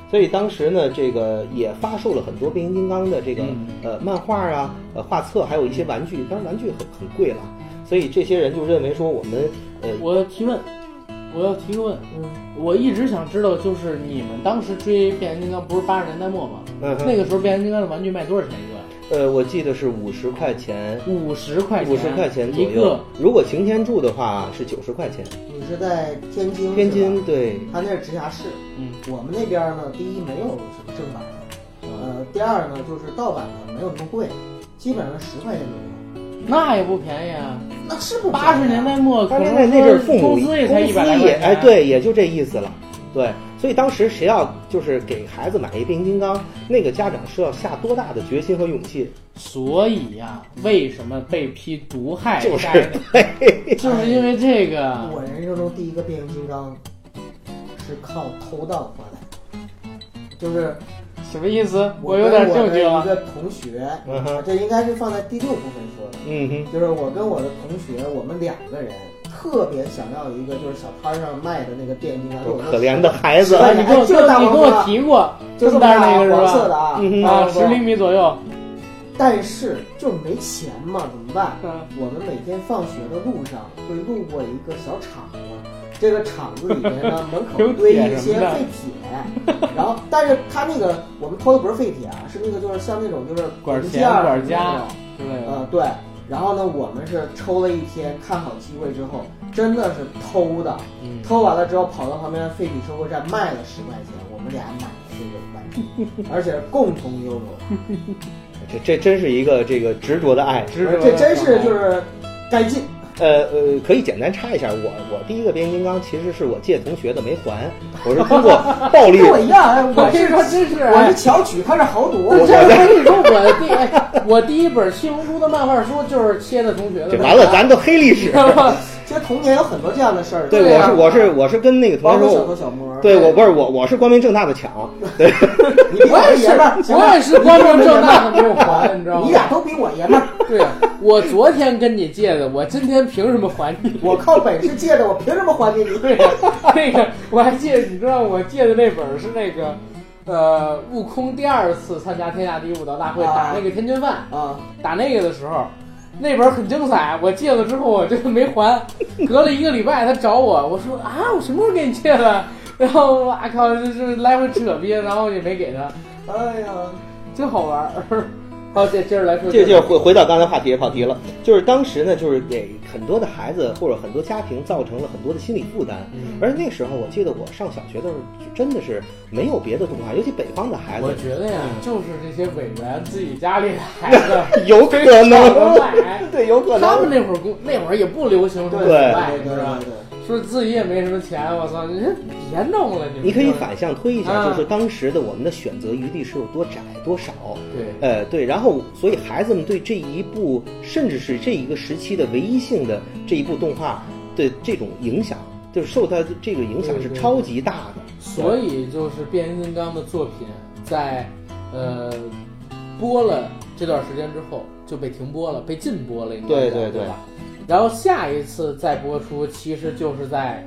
所以当时呢，这个也发售了很多变形金刚的这个漫画啊、画册，还有一些玩具，当然玩具很贵了。所以这些人就认为说我们我要提个问，我一直想知道，就是你们当时追变形金刚不是80年代末吗？那个时候变形金刚的玩具卖多少钱一个？ 我记得是50块钱 ，50块钱左右一个。 如果擎天柱的话是90块钱。 你是在天津？ 天津对， 他那是直辖市。我们那边呢，第一没有什么正版的，第二呢就是盗版的没有那么贵，基本上10块钱左右。 那也不便宜啊， 那是不便宜啊。 80年代末，可能那阵父母工资也才100来块钱， 对，也就这意思了。对，所以当时谁要就是给孩子买一变形金刚，那个家长是要下多大的决心和勇气？ 所以呀，为什么被批毒害？ 就是对， 就是因为这个。 我人生中第一个变形金刚是靠偷盗换来的，就是什么意思？ 我有点证据了。 一个同学，这应该是放在第6部分说的。就是我跟我的同学，我们2个人特别想要一个，就是小摊上卖的那个变形金刚。 可怜的孩子， 你跟我提过， 就是那个是吧？ 黄色的啊 ，10厘米左右。 但是就没钱嘛，怎么办？我们每天放学的路上会路过一个小厂子。这个厂子里面呢，门口堆一些废铁，然后，但是它那个我们偷的不是废铁啊，是那个就是像那种就是管家之类的， 对。然后呢，我们是抽了一天，看好机会之后，真的是偷的，偷完了之后跑到旁边废品收购站卖了10块钱，我们俩买了这个玩具，而且共同拥有。 这真是一个这个执着的爱， 这真是就是该进。 可以简单插一下，我第一个变形金刚其实是我借同学的没还，我是通过暴力。 跟我一样， 我跟你说真是， 我是巧取，他是豪赌。 我跟你说，我第一本七龙珠的漫画书就是切的同学的。 这完了，咱都黑历史。 其实童年有很多这样的事儿。 对，我是跟那个同学说， 小偷小摸。 对，我是光明正大的抢。对， 我也是光明正大的没有还，你知道吗？ 你俩都比我爷们儿。 对，我昨天跟你借的，我今天凭什么还你？ 我靠本事借的，我凭什么还给你？ 对，那个我还记得，你知道我借的那本是那个悟空第2次参加天下第一武道大会打那个天津饭打那个的时候。那本很精彩，我借了之后我这个没还，隔了1个礼拜他找我，我说啊，我什么时候给你借的？然后哇靠，这来回扯逼，然后也没给他。 哎呀， 真好玩。好，接着来说， 这回到刚才跑题了，就是当时呢，就是给很多的孩子或者很多家庭造成了很多的心理负担，而那时候我记得我上小学的时候，真的是没有别的动画，尤其北方的孩子。 我觉得呀，就是这些委员自己家里的孩子有可能买， 对，有可能。 他们那会儿也不流行什么买，是吧？说自己也没什么钱，我操，你别弄了， 你可以反向推一下，就是当时的我们的选择余地是有多窄多少。 对， 对，然后所以孩子们对这一部，甚至是这一个时期的唯一性的这一部动画的这种影响，就是受它这个影响是超级大的。 所以就是变形金刚的作品在播了这段时间之后就被停播了，被禁播了，应该对吧？然后下一次再播出，其实就是在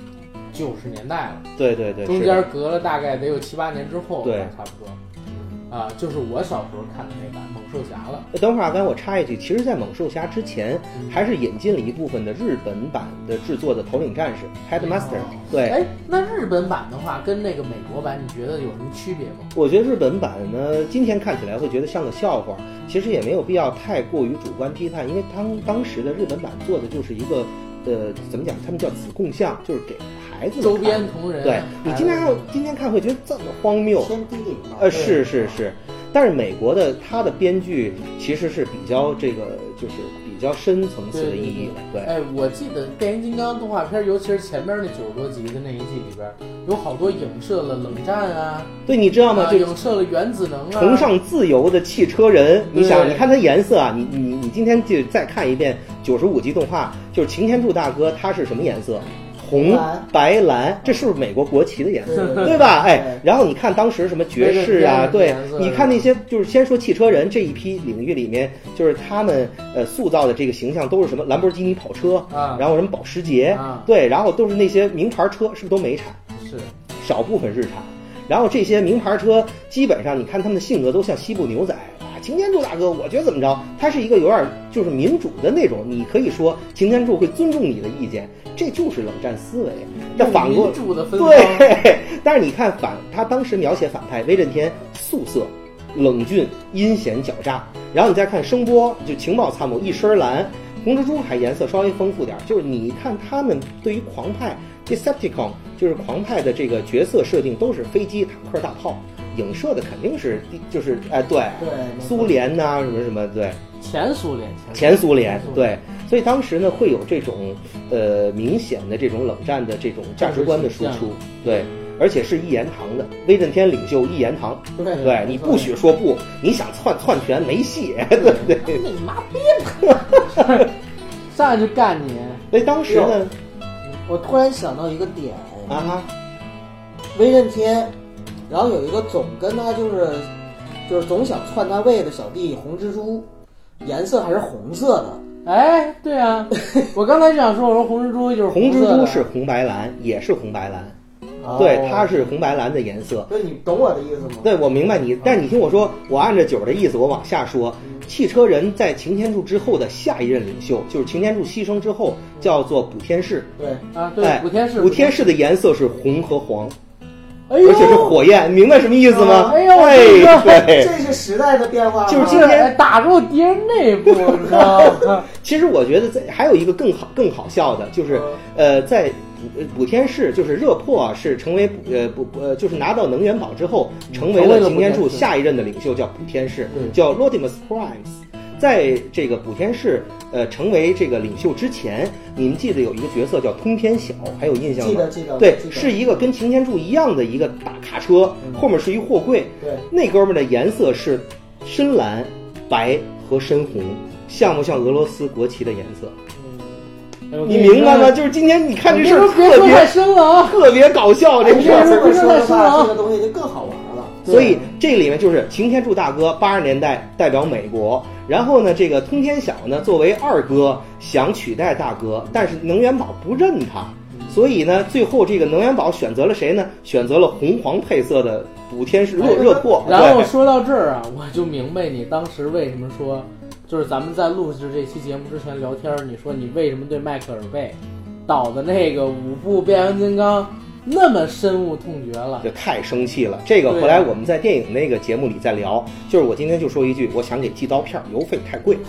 90年代了。 对， 中间隔了大概得有7、8年之后， 对， 差不多。就是我小时候看的那版猛兽侠了。 等会儿刚才我插一句，其实在猛兽侠之前，还是引进了一部分的日本版的制作的头领战士 Headmaster。对， 那日本版的话跟那个美国版，你觉得有什么区别吗？ 我觉得日本版呢，今天看起来会觉得像个笑话，其实也没有必要太过于主观批判，因为当时的日本版做的就是一个怎么讲？他们叫子贡像，就是给孩子周边同人。 对，你今天看会觉得这么荒谬， 偏低龄。 是，但是美国的它的编剧其实是比较这个就是比较深层次的意义的。对， 我记得变形金刚动画片，尤其是前面那90多集的那一季里边，有好多影射了冷战啊。 对，你知道吗？就影射了原子能啊， 崇尚自由的汽车人。你想，你看它颜色啊，你今天就再看一遍95集动画，就是擎天柱大哥他是什么颜色？红、白、蓝，这是不是美国国旗的颜色？对吧？然后你看当时什么爵士啊，对，你看那些就是先说汽车人这一批领域里面，就是他们塑造的这个形象都是什么兰博基尼跑车然后什么保时捷对，然后都是那些名牌车，是不是都美产？ 是， 少部分日产。 然后这些名牌车基本上你看他们的性格都像西部牛仔啊，擎天柱大哥我觉得怎么着，他是一个有点就是民主的那种，你可以说擎天柱会尊重你的意见，这就是冷战思维。那反过民主的分方对，但是你看他当时描写反派威震天素色冷峻阴险狡诈，然后你再看声波就情报参谋一身蓝，红蜘蛛还颜色稍微丰富点，就是你看他们对于狂派 Decepticon 就是狂派的这个角色设定都是飞机坦克大炮，影射的肯定是就是对苏联呐、什么什么对前苏联对，所以当时呢会有这种明显的这种冷战的这种价值观的输出，对，而且是一言堂的，威震天领袖一言堂，对，你不许说不，你想篡权没戏，对对， 你妈逼，上来就干你。 所以当时呢， 我突然想到一个点啊， 威震天，然后有一个总跟他就是总想篡他位的小弟红蜘蛛，颜色还是红色的。 哎，对啊，我刚才想说，我说红蜘蛛就是红蜘蛛是红白蓝，也是红白蓝。对，它是红白蓝的颜色。 对，你懂我的意思吗？ 对，我明白你，但是你听我说，我按着九的意思，我往下说。汽车人在擎天柱之后的下一任领袖，就是擎天柱牺牲之后，叫做补天士。 对啊，对，补天士。 补天士的颜色是红和黄， 而且是火焰，明白什么意思吗？ 哎呦， 对， 这是时代的变化， 就是今天打入敌人内部，你知道吗？ 其实我觉得还有一个更好笑的，就是在。补天士就是热破是成为就是拿到能源宝之后，成为了擎天柱下一任的领袖，叫补天士，叫 Rodimus Primes。在这个补天士成为这个领袖之前，你们记得有一个角色叫通天晓，还有印象吗？ 记得。 对，是一个跟擎天柱一样的一个大卡车，后面是一货柜。 对， 那哥们的颜色是深蓝、白和深红，像不像俄罗斯国旗的颜色？你明白吗？就是今天你看这事儿特别深了啊， 特别搞笑。这事儿这么说的话，这个东西就更好玩了。 所以这里面就是擎天柱大哥80年代代表美国，然后呢，这个通天晓呢作为二哥想取代大哥，但是能源宝不认他，所以呢，最后这个能源宝选择了谁呢？选择了红黄配色的补天士热破。 然后说到这儿啊，我就明白你当时为什么说。就是咱们在录制这期节目之前聊天，你说你为什么对迈克尔贝导的那个5部变形金刚那么深恶痛绝了？ 就太生气了。这个后来我们在电影那个节目里再聊。就是我今天就说一句，我想给寄刀片，邮费太贵。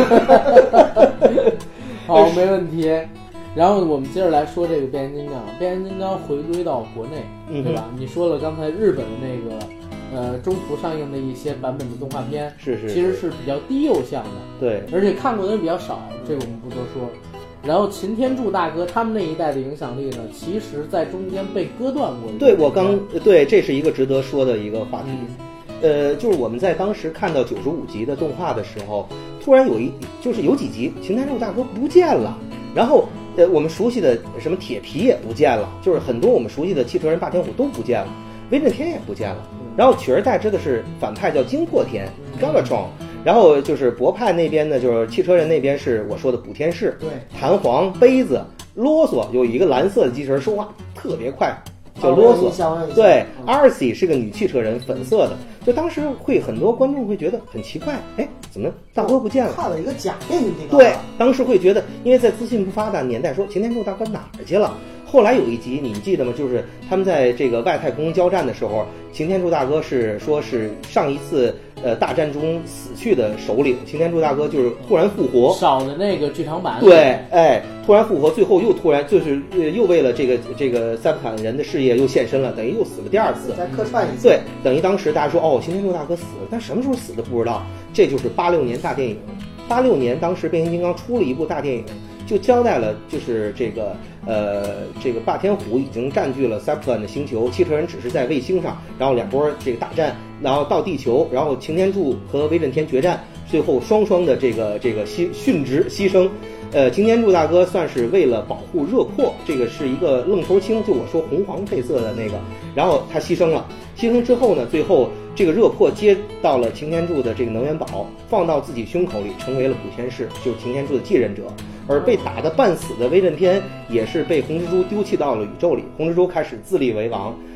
好，没问题。然后我们接着来说这个变形金刚。变形金刚回归到国内，对吧？你说了刚才日本的那个。中途上映的一些版本的动画片是其实是比较低幼向的， 对， 而且看过的人比较少，这个我们不多说。然后擎天柱大哥他们那一代的影响力呢，其实在中间被割断过。 对，这是一个值得说的一个话题。就是我们在当时看到95集的动画的时候，突然有几集擎天柱大哥不见了，然后我们熟悉的什么铁皮也不见了，就是很多我们熟悉的汽车人霸天虎都不见了，威震天也不见了。然后取而代之的是反派叫惊破天 Galvatron， 然后就是博派那边呢，就是汽车人那边是我说的补天士， 对， 弹簧杯子啰嗦，有一个蓝色的机器人说话特别快，叫啰嗦。对，RC 是个女汽车人，粉色的。就当时会很多观众会觉得很奇怪，哎，怎么大哥不见了？ 看了一个假变形金刚。对，当时会觉得，因为在资讯不发达年代，说擎天柱大哥哪儿去了？后来有一集你们记得吗？就是他们在这个外太空交战的时候，擎天柱大哥是上一次大战中死去的首领，擎天柱大哥就是突然复活， 少的那个剧场版。 对，哎，突然复活，最后又突然就是又为了这个塞普坦人的事业又献身了，等于又死了第二次， 再客串一次。 对，等于当时大家说擎天柱大哥死了，但什么时候死的不知道。这就是86年大电影，86年当时变形金刚出了一部大电影。就交代了，就是这个霸天虎已经占据了塞普坦的星球，汽车人只是在卫星上，然后两波这个大战，然后到地球，然后擎天柱和威震天决战，最后双的这个殉职牺牲。擎天柱大哥算是为了保护热破，这个是一个愣头青，就我说红黄配色的那个，然后他牺牲了。牺牲之后呢，最后这个热破接到了擎天柱的这个能源宝，放到自己胸口里，成为了补天士，就是擎天柱的继任者。而被打得半死的威震天也是被红蜘蛛丢弃到了宇宙里，红蜘蛛开始自立为王，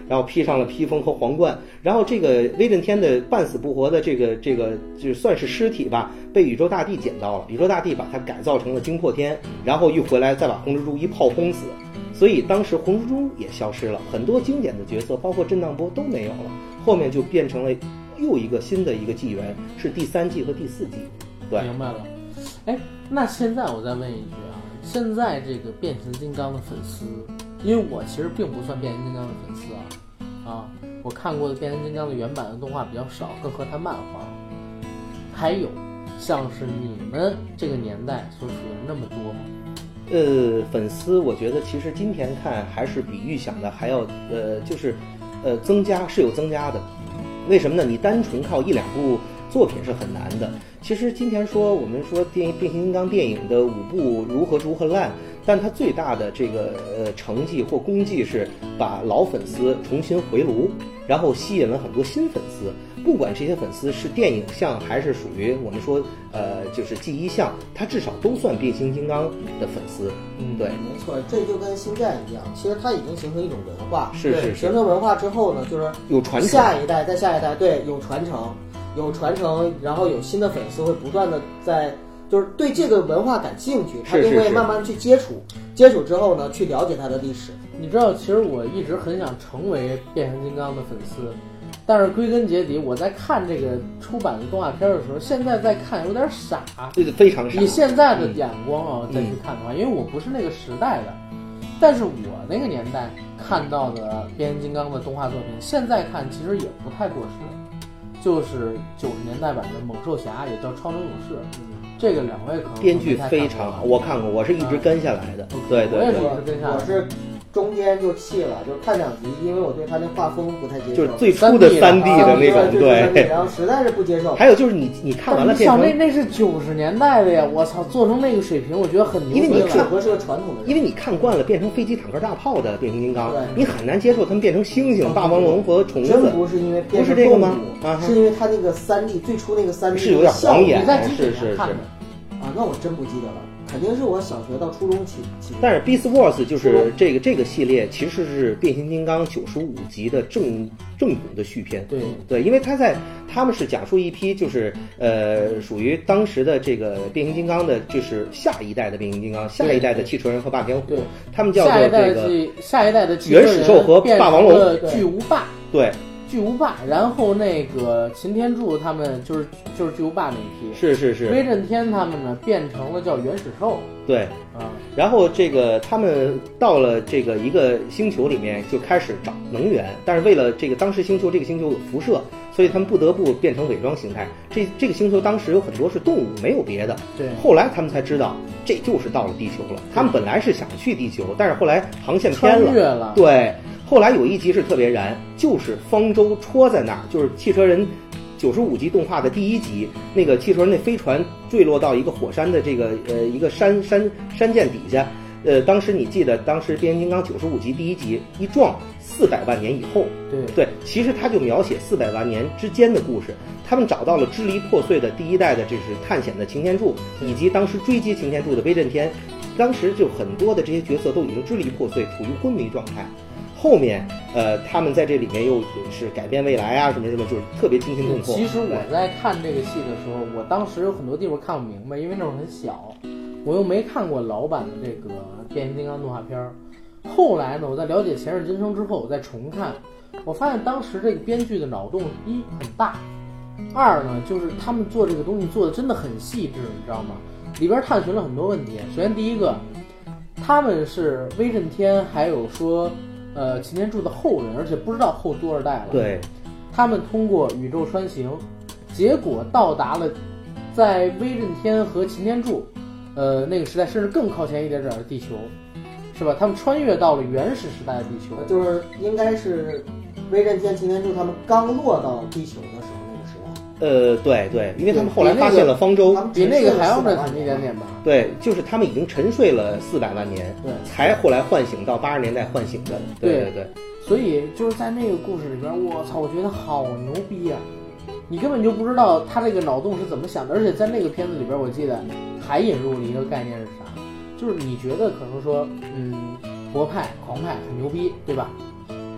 然后披上了披风和皇冠，然后这个威震天的半死不活的这个就算是尸体吧，被宇宙大帝捡到了，宇宙大帝把它改造成了惊破天，然后又回来再把红蜘蛛一炮轰死，所以当时红蜘蛛也消失了，很多经典的角色包括震荡波都没有了，后面就变成了又一个新的一个纪元，是第3季和第4季。对， 明白了。哎，那现在我再问一句啊，现在这个变形金刚的粉丝，因为我其实并不算变形金刚的粉丝啊，我看过的变形金刚的原版的动画比较少，更何谈漫画。还有像是你们这个年代所属的那么多吗？ 粉丝我觉得其实今天看还是比预想的还要增加是有增加的。为什么呢？你单纯靠1-2部作品是很难的。其实今天我们说变形金刚电影的5部如何烂，但它最大的这个成绩或功绩是把老粉丝重新回炉，然后吸引了很多新粉丝。不管这些粉丝是电影向还是属于我们说就是记忆向，他至少都算变形金刚的粉丝。对， 没错，这就跟星战一样，其实它已经形成一种文化。 是形成文化之后呢，就是有传承， 下一代再下一代，对，有传承，然后有新的粉丝会不断的就是对这个文化感兴趣，他就会慢慢去接触之后呢，去了解它的历史。 你知道，其实我一直很想成为变形金刚的粉丝，但是归根结底，我在看这个出版的动画片的时候，现在在看有点傻， 对，非常傻。 以现在的眼光再去看的话，因为我不是那个时代的，但是我那个年代看到的变形金刚的动画作品，现在看其实也不太过时。就是90年代版的猛兽侠，也叫超能勇士。这个2位可能编剧非常好，我看过，我是一直跟下来的。对， 我也是一直跟下来的。 我是中间就弃了，就是看2集，因为我对他那画风不太接受， 就是最初的3D 的那种，对， 然后实在是不接受。 还有就是你看完了变成， 那是90年代的呀，我操，做成那个水平，我觉得很牛逼了。 因为你适合是个传统的人， 因为你看惯了变成飞机、坦克、大炮的变形金刚，你很难接受他们变成猩猩、霸王龙和虫子。 真不是因为变成这个吗？ 是因为他那个3D 最初那个3D 是有点晃眼，是。 那我真不记得了。肯定是我小学到初中起。 但是 Beast Wars 就是这个系列，其实是变形金刚95集的正统的续篇。对，因为他们是讲述一批就是属于当时的这个变形金刚的，就是下一代的变形金刚，下一代的汽车人和霸天虎，他们叫做这个下一代的原始兽和霸王龙巨无霸。 对。 巨无霸，然后那个擎天柱他们就是巨无霸那一批， 是威震天他们呢变成了叫原始兽， 对然后这个他们到了这个一个星球里面就开始找能源，但是为了这个当时这个星球有辐射，所以他们不得不变成伪装形态。这个星球当时有很多是动物，没有别的。 对， 后来他们才知道这就是到了地球了。他们本来是想去地球，但是后来航线偏了， 穿越了。 对。后来有一集是特别燃，就是方舟戳在那儿，就是汽车人95集动画的第1集，那个汽车人那飞船坠落到一个火山的这个一个山涧底下，当时你记得当时变形金刚95集第1集一撞400万年以后，对，其实他就描写400万年之间的故事，他们找到了支离破碎的第1代的这是探险的擎天柱，以及当时追击擎天柱的威震天，当时就很多的这些角色都已经支离破碎，处于昏迷状态。后面他们在这里面又是改变未来啊什么什么，就是特别惊心动魄。 其实我在看这个戏的时候，我当时有很多地方看不明白，因为那会儿很小，我又没看过老版的这个变形金刚动画片。后来呢，我在了解前世今生之后，我再重看，我发现当时这个编剧的脑洞一很大，二呢就是他们做这个东西做的真的很细致，你知道吗？里边探寻了很多问题。首先第一个，他们是威震天还有说擎天柱的后人，而且不知道后多少代了。 对， 他们通过宇宙穿行，结果到达了在威震天和擎天柱那个时代，甚至更靠前一点的地球，是吧？他们穿越到了原始时代的地球， 就是应该是威震天、擎天柱他们刚落到地球的时候那个时代。 对，因为他们后来发现了方舟， 比那个还要再长一点点吧。 对，就是他们已经沉睡了400万年， 对， 才后来唤醒到80年代唤醒的。对。 所以就是在那个故事里边，我操，我觉得好牛逼呀！你根本就不知道他这个脑洞是怎么想的，而且在那个片子里边，我记得还引入了一个概念是啥？就是你觉得可能说，博派、狂派很牛逼，对吧？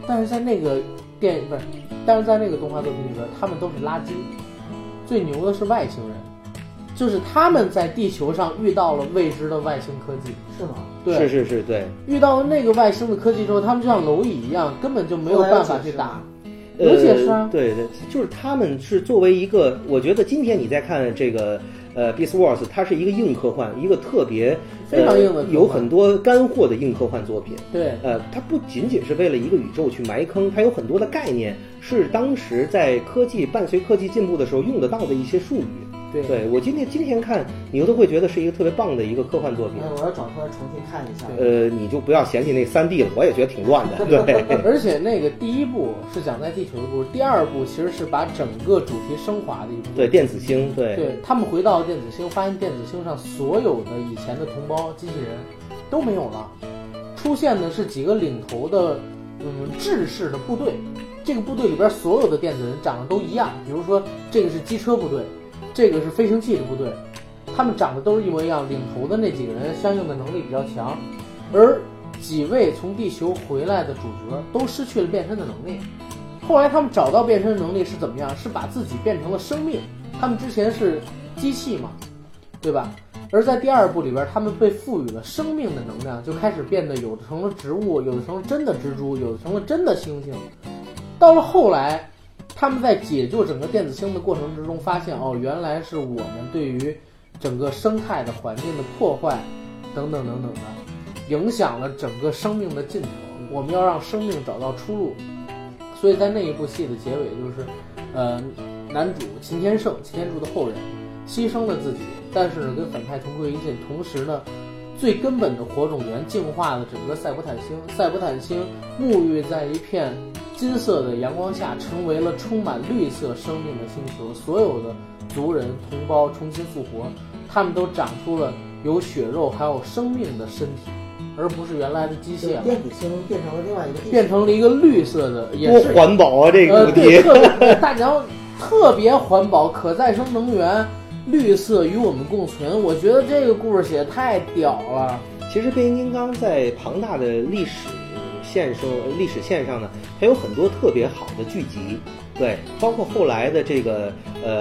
但是在那个电影不是，但是在那个动画作品里边，他们都是垃圾。最牛的是外星人，就是他们在地球上遇到了未知的外星科技， 是吗？ 对， 是，对。 遇到了那个外星的科技之后，他们就像蝼蚁一样，根本就没有办法去打。有解释啊？ 对，就是他们是作为一个，我觉得今天你再看这个Beast Wars， 它是一个硬科幻，一个特别非常硬的， 有很多干货的硬科幻作品。 对， 它不仅仅是为了一个宇宙去埋坑，它有很多的概念是当时在伴随科技进步的时候用得到的一些术语。对，我今天看你都会觉得是一个特别棒的一个科幻作品。 我要找出来重新看一下。 你就不要嫌弃那3D 了，我也觉得挺乱的。对， 而且那个第一部是讲在地球的故事，第二部其实是把整个主题升华的一部。 对，电子星， 对，他们回到电子星，发现电子星上所有的以前的同胞机器人都没有了，出现的是几个领头的制式的部队。这个部队里边所有的电子人长得都一样，比如说这个是机车部队。这个是飞行器的部队，他们长得都是一模一样，领头的那几个人相应的能力比较强，而几位从地球回来的主角都失去了变身的能力。后来他们找到变身能力是怎么样？是把自己变成了生命。他们之前是机器嘛，对吧？而在第二部里边，他们被赋予了生命的能量，就开始变得有的成了植物，有的成了真的蜘蛛，有的成了真的猩猩。到了后来，他们在解救整个电子星的过程之中，发现原来是我们对于整个生态的环境的破坏，等等的，影响了整个生命的进程。我们要让生命找到出路，所以在那一部戏的结尾，就是男主秦天柱的后人牺牲了自己，但是呢跟反派同归于尽，同时呢最根本的火种源净化了整个赛博坦星，赛博坦星沐浴在一片金色的阳光下，成为了充满绿色生命的星球，所有的族人同胞重新复活，他们都长出了有血肉还有生命的身体，而不是原来的机械。 电子星变成了另外一个地球， 变成了一个绿色的，也是多环保啊！这个主题， 对，大家特别环保，可再生能源，绿色与我们共存。我觉得这个故事写得太屌了。 其实变形金刚在庞大的历史线上呢，它有很多特别好的剧集，对，包括后来的这个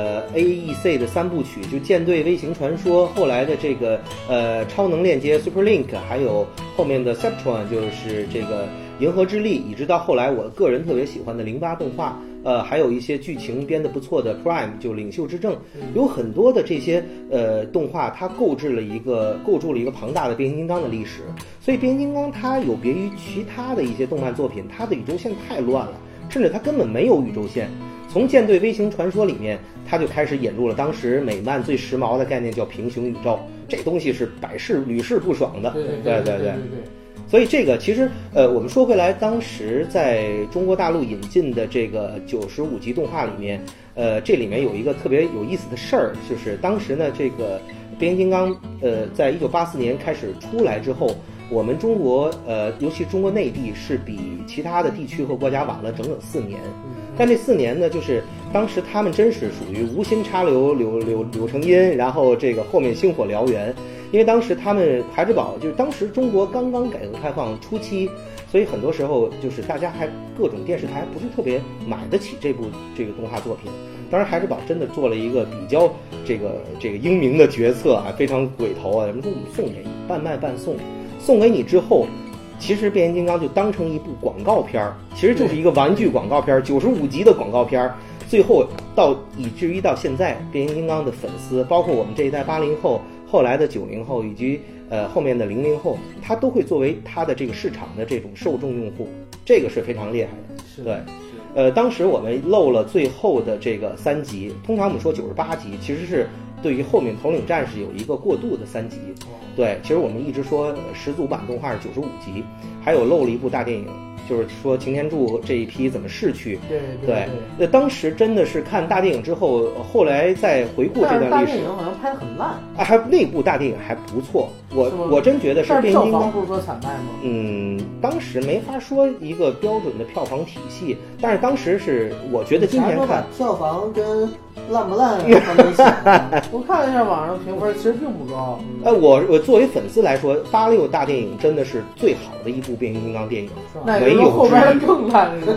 AEC 的3部曲，就舰队微型传说，后来的这个超能链接 Super Link， 还有后面的 Septron， 就是这个银河之力，以直到后来我个人特别喜欢的08动画，还有一些剧情编得不错的 Prime， 就领袖之证，有很多的这些动画，它构筑了一个庞大的变形金刚的历史。所以变形金刚它有别于其他的一些动漫作品，它的宇宙线太乱了，甚至它根本没有宇宙线。从舰队微型传说里面，它就开始引入了当时美漫最时髦的概念，叫平行宇宙。这东西是屡试不爽的。对。所以这个其实我们说回来，当时在中国大陆引进的这个95集动画里面，这里面有一个特别有意思的事儿，就是当时呢这个变形金刚在1984年开始出来之后，我们中国尤其中国内地是比其他的地区和国家晚了整整4年。但这4年呢，就是当时他们真是属于无心插柳柳成荫，然后这个后面星火燎原。因为当时他们孩之宝就是当时中国刚刚改革开放初期，所以很多时候就是大家还各种电视台不是特别买得起这个动画作品。当然孩之宝真的做了一个比较这个英明的决策啊，非常鬼头啊，什么说我们送给你，半卖半送给你之后，其实变形金刚就当成一部广告片，其实就是一个玩具广告片，95集的广告片。最后以至于到现在，变形金刚的粉丝，包括我们这一代80后，后来的90后，以及后面的00后，他都会作为他的这个市场的这种受众用户，这个是非常厉害的。对，当时我们漏了最后的这个3集，通常我们说98集，其实是对于后面头领战士有一个过渡的3集。对，其实我们一直说始祖版动画是95集，还有漏了一部大电影。就是说擎天柱这一批怎么逝去？对，那当时真的是看大电影之后，后来再回顾这段历史， 大电影好像拍得很烂啊，还那部大电影还不错，我真觉得是变形金刚。 不是说惨败吗？ 当时没法说一个标准的票房体系，但是当时是我觉得今天看票房跟烂不烂还没想呢。 我看了一下网上评分，其实并不高。 我作为粉丝来说，86大电影真的是最好的一部变形金刚电影， 那也就是后边的更烂了。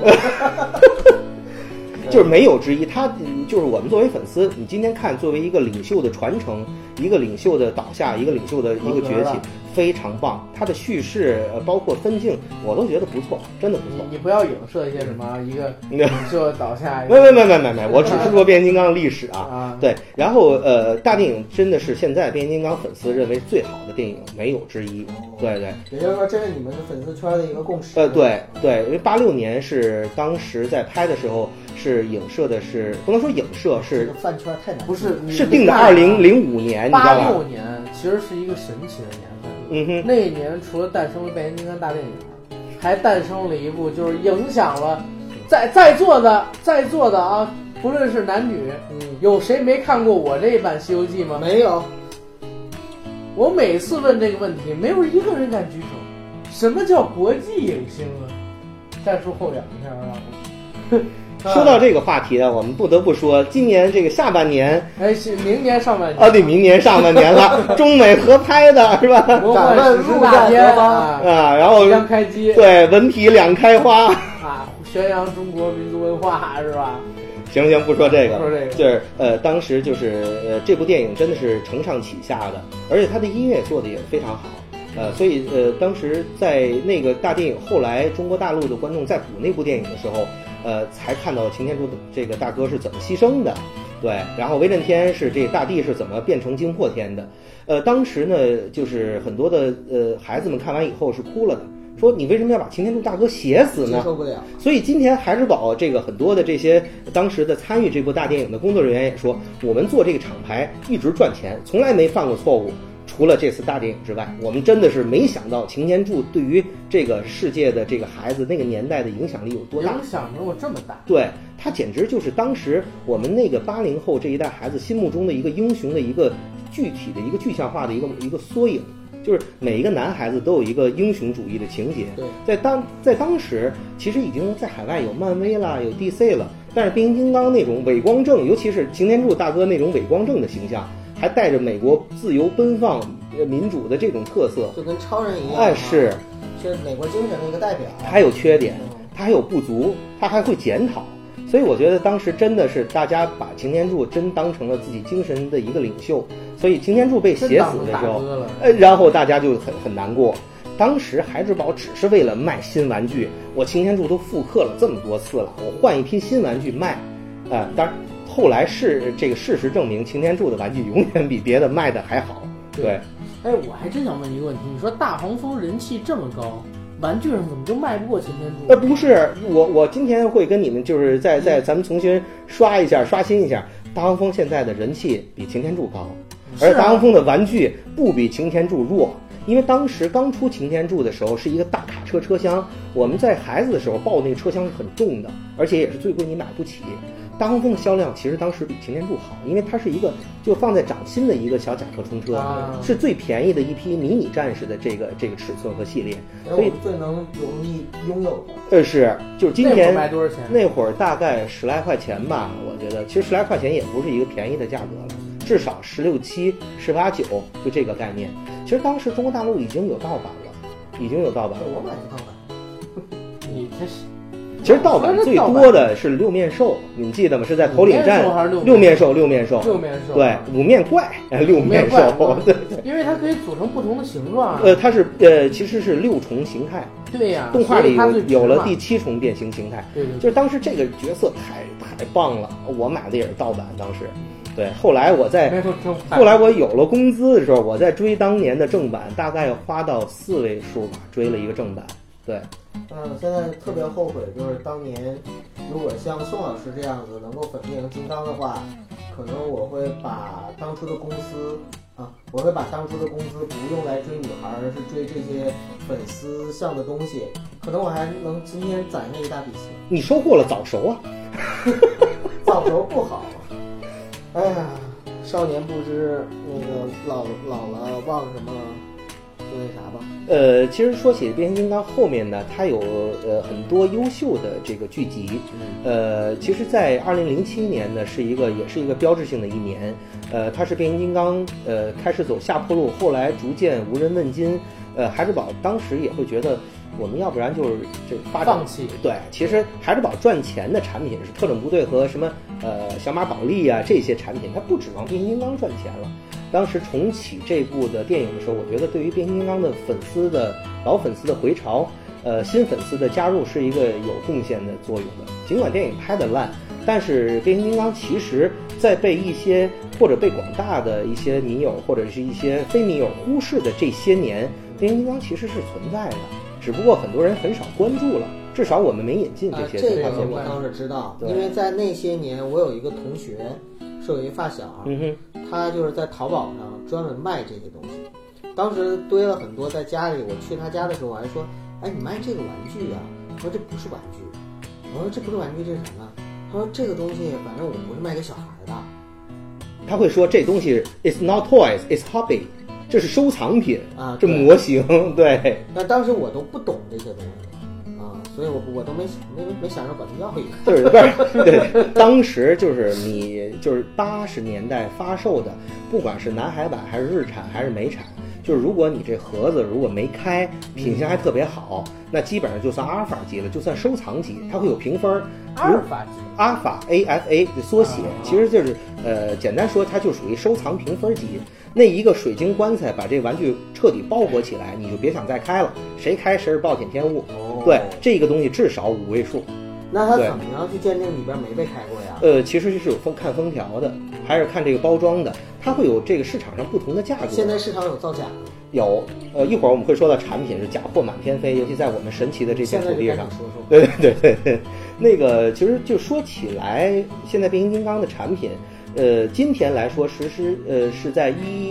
就是没有之一。他就是我们作为粉丝，你今天看作为一个领袖的传承，一个领袖的倒下，一个领袖的一个崛起，非常棒。他的叙事包括分镜，我都觉得不错，真的不错。 你不要影射一些什么一个领袖倒下。 没，我只是说变形金刚的历史啊。对，然后大电影真的是现在变形金刚粉丝认为最好的电影，没有之一。对， 也就是说，这是你们的粉丝圈的一个共识。 对，因为86年是当时在拍的时候。是影射的是不能说影射，是这个饭圈太难， 不是是定的2005年，你知道吧 ？86年其实是一个神奇的年份。那一年除了诞生了变形金刚大电影，还诞生了一部就是影响了在座的啊，不论是男女，有谁没看过我这一版《西游记》吗？ 没有。 我每次问这个问题，没有一个人敢举手。什么叫国际影星啊？再说后两天啊。 说到这个话题呢，我们不得不说，今年这个下半年， 是明年上半年啊，对，明年上半年了，中美合拍的是吧？ 咱们陆大天啊， 然后即将开机， 对，文体两开花啊，宣扬中国民族文化是吧？ 行，不说这个， 就是当时就是这部电影真的是承上启下的，而且它的音乐做的也非常好。所以当时在那个大电影后来中国大陆的观众在补那部电影的时候，才看到擎天柱的这个大哥是怎么牺牲的，对，然后威震天是这大帝是怎么变成惊破天的。当时呢，就是很多的孩子们看完以后是哭了的，说你为什么要把擎天柱大哥写死呢？ 接受不了。 所以今天孩之宝这个很多的这些当时的参与这部大电影的工作人员也说，我们做这个厂牌一直赚钱，从来没犯过错误。除了这次大电影之外，我们真的是没想到擎天柱对于这个世界的这个孩子那个年代的影响力有多大， 影响能有这么大。 对，他简直就是当时我们那个80后这一代孩子心目中的一个英雄的一个具体的一个具象化的一个缩影。就是每一个男孩子都有一个英雄主义的情节。 对， 在当时，其实已经在海外有漫威啦，有 DC 了，但是变形金刚那种伪光正，尤其是擎天柱大哥那种伪光正的形象，还带着美国自由奔放、民主的这种特色， 就跟超人一样。 是美国精神的一个代表。 他有缺点，他还有不足，他还会检讨。所以我觉得当时真的是大家把擎天柱真当成了自己精神的一个领袖，所以擎天柱被写死的时候，然后大家就很难过。当时孩之宝只是为了卖新玩具，我擎天柱都复刻了这么多次了，我换一批新玩具卖，当然后来这个事实证明，擎天柱的玩具永远比别的卖的还好。对， 哎，我还真想问一个问题，你说大黄蜂人气这么高，玩具上怎么就卖不过擎天柱？ 不是，我今天会跟你们就是在咱们重新刷新一下，大黄蜂现在的人气比擎天柱高，而大黄蜂的玩具不比擎天柱弱。因为当时刚出擎天柱的时候是一个大卡车车厢，我们在孩子的时候抱那个车厢是很重的，而且也是最贵，你买不起。大黄蜂的销量其实当时比擎天柱好，因为它是一个就放在掌心的一个小甲壳冲车，是最便宜的一批迷你战士的这个尺寸和系列，所以最能容易拥有的。就是今天卖多少钱？ 那会儿大概10来块钱吧，我觉得其实10来块钱也不是一个便宜的价格了，至少16、7、18、9就这个概念。其实当时中国大陆已经有盗版了， 我买的盗版。 你这是。 其实盗版最多的是六面兽，你们记得吗？是在头领战六面兽，对，五面怪，六面兽，对， 因为它可以组成不同的形状。 它是其实是6重形态。 对呀， 动画里有了第7重变形形态。 对， 就是当时这个角色太棒了，我买的也是盗版，当时。对，后来我有了工资的时候，我在追当年的正版，大概花到4位数吧，追了一个正版。对， 现在特别后悔，就是当年如果像宋老师这样子能够粉变形金刚的话，可能我会把当初的工资不用来追女孩，而是追这些粉丝向的东西，可能我还能今天攒下一大笔钱。 你收获了早熟啊？ 早熟不好。哎呀，少年不知那个老了忘什么了。 那啥吧。 其实说起变形金刚后面呢，它有很多优秀的这个剧集。其实，在2007年呢，也是一个标志性的一年。它是变形金刚开始走下坡路，后来逐渐无人问津。孩之宝当时也会觉得，我们要不然就是这发展放弃。 对，其实孩之宝赚钱的产品是特种部队和什么小马宝莉啊这些产品，它不指望变形金刚赚钱了。当时重启这部的电影的时候，我觉得对于变形金刚的老粉丝的回潮，新粉丝的加入是一个有贡献的作用的。尽管电影拍得烂，但是变形金刚其实在被一些或者被广大的一些迷友或者是一些非迷友忽视的这些年，变形金刚其实是存在的，只不过很多人很少关注了，至少我们没引进这些这个方面。 我倒是知道，因为在那些年，我有一个同学，是有一发小，他就是在淘宝上专门卖这些东西。当时堆了很多在家里，我去他家的时候，我还说：“哎，你卖这个玩具啊？”他说：“这不是玩具。”我说：“这不是玩具，这是什么？”他说：“这个东西，反正我不是卖给小孩的。” 他会说这东西 "It's not toys, it's hobby"， 这是收藏品啊， 这模型。对。 那当时我都不懂这些东西啊，所以我都没想着管他要一个。 对，不是，对，当时就是80年代发售的，不管是南海版还是日产还是美产，就是如果你这盒子如果没开，品相还特别好，那基本上就算阿尔法级了，就算收藏级，它会有评分。 阿尔法级， 阿尔法 AFA 的缩写，其实就是简单说，它就属于收藏评分级。那一个水晶棺材把这个玩具彻底包裹起来，你就别想再开了，谁开谁是暴殄天物。对，这个东西至少5位数。 那他怎么样去鉴定里边没被开过呀？ 其实是有看封条的，还是看这个包装的，它会有这个市场上不同的价格。 现在市场有造假吗？ 有，一会儿我们会说到产品是假货满天飞，尤其在我们神奇的这片土地上。对，那个其实就说起来，现在变形金刚的产品，今天来说是在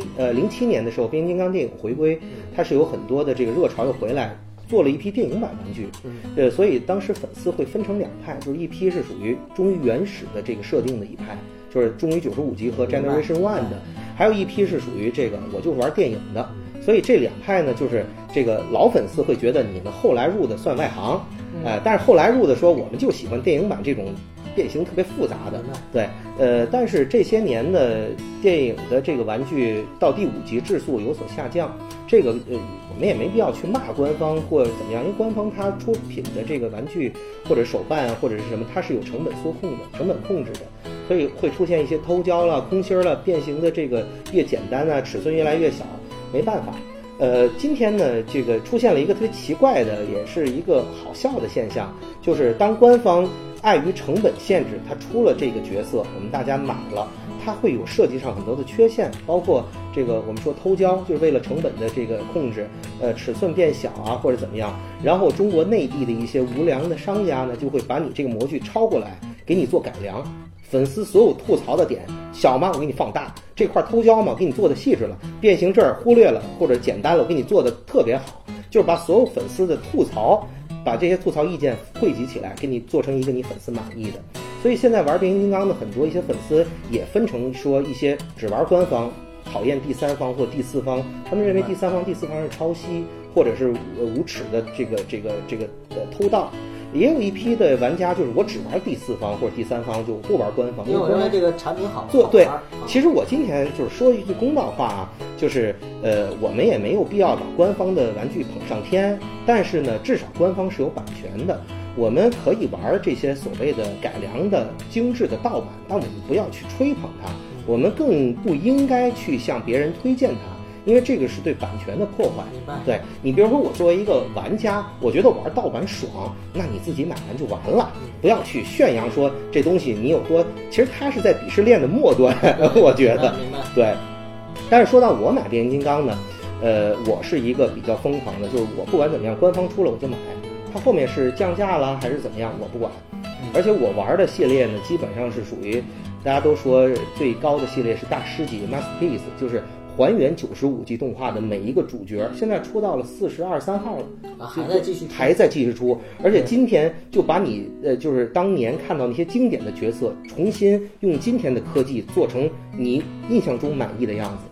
07年的时候，变形金刚电影回归，它是有很多的这个热潮又回来。做了一批电影版玩具，所以当时粉丝会分成2派，就是一批是属于忠于原始的这个设定的一派，就是忠于95级和 Generation One 的，还有一批是属于这个我就是玩电影的。所以这2派呢，就是这个老粉丝会觉得你们后来入的算外行，但是后来入的说我们就喜欢电影版这种变形特别复杂的，对，但是这些年的电影的这个玩具到第5级质素有所下降，这个我们也没必要去骂官方或者怎么样，因为官方它出品的这个玩具或者手办或者是什么，它是有成本缩控的、成本控制的，所以会出现一些偷胶了、空心了、变形的这个越简单啊，尺寸越来越小，没办法。今天呢，这个出现了一个特别奇怪的，也是一个好笑的现象，就是当官方碍于成本限制，它出了这个角色，我们大家买了，它会有设计上很多的缺陷，包括这个我们说偷胶，就是为了成本的这个控制，尺寸变小啊或者怎么样，然后中国内地的一些无良的商家呢，就会把你这个模具抄过来给你做改良。粉丝所有吐槽的点，小吗？我给你放大，这块偷胶嘛，我给你做的细致了，变形这儿忽略了或者简单了，我给你做的特别好，就是把所有粉丝的吐槽，把这些吐槽意见汇集起来，给你做成一个你粉丝满意的。所以现在玩变形金刚的很多一些粉丝也分成说一些只玩官方，讨厌第3方或第4方，他们认为第3方、第4方是抄袭或者是无耻的这个偷盗。也有一批的玩家就是我只玩第4方或者第3方，就不玩官方， 因为我认为这个产品好做。对，其实我今天就是说一句公道话啊，就是我们也没有必要把官方的玩具捧上天，但是呢，至少官方是有版权的，我们可以玩这些所谓的改良的精致的盗版，但我们不要去吹捧它，我们更不应该去向别人推荐它。因为这个是对版权的破坏。对，你比如说我作为一个玩家，我觉得玩盗版爽，那你自己买完就完了，不要去宣扬说这东西你有多，其实它是在鄙视链的末端，我觉得。对。但是说到我买变形金刚呢，我是一个比较疯狂的，就是我不管怎么样，官方出了我就买，它后面是降价了还是怎么样我不管，而且我玩的系列呢，基本上是属于大家都说最高的系列是大师级 Masterpiece， 就是还原95集动画的每一个主角，现在出到了42、3号了，还在继续出，而且今天就把你就是当年看到那些经典的角色，重新用今天的科技做成你印象中满意的样子。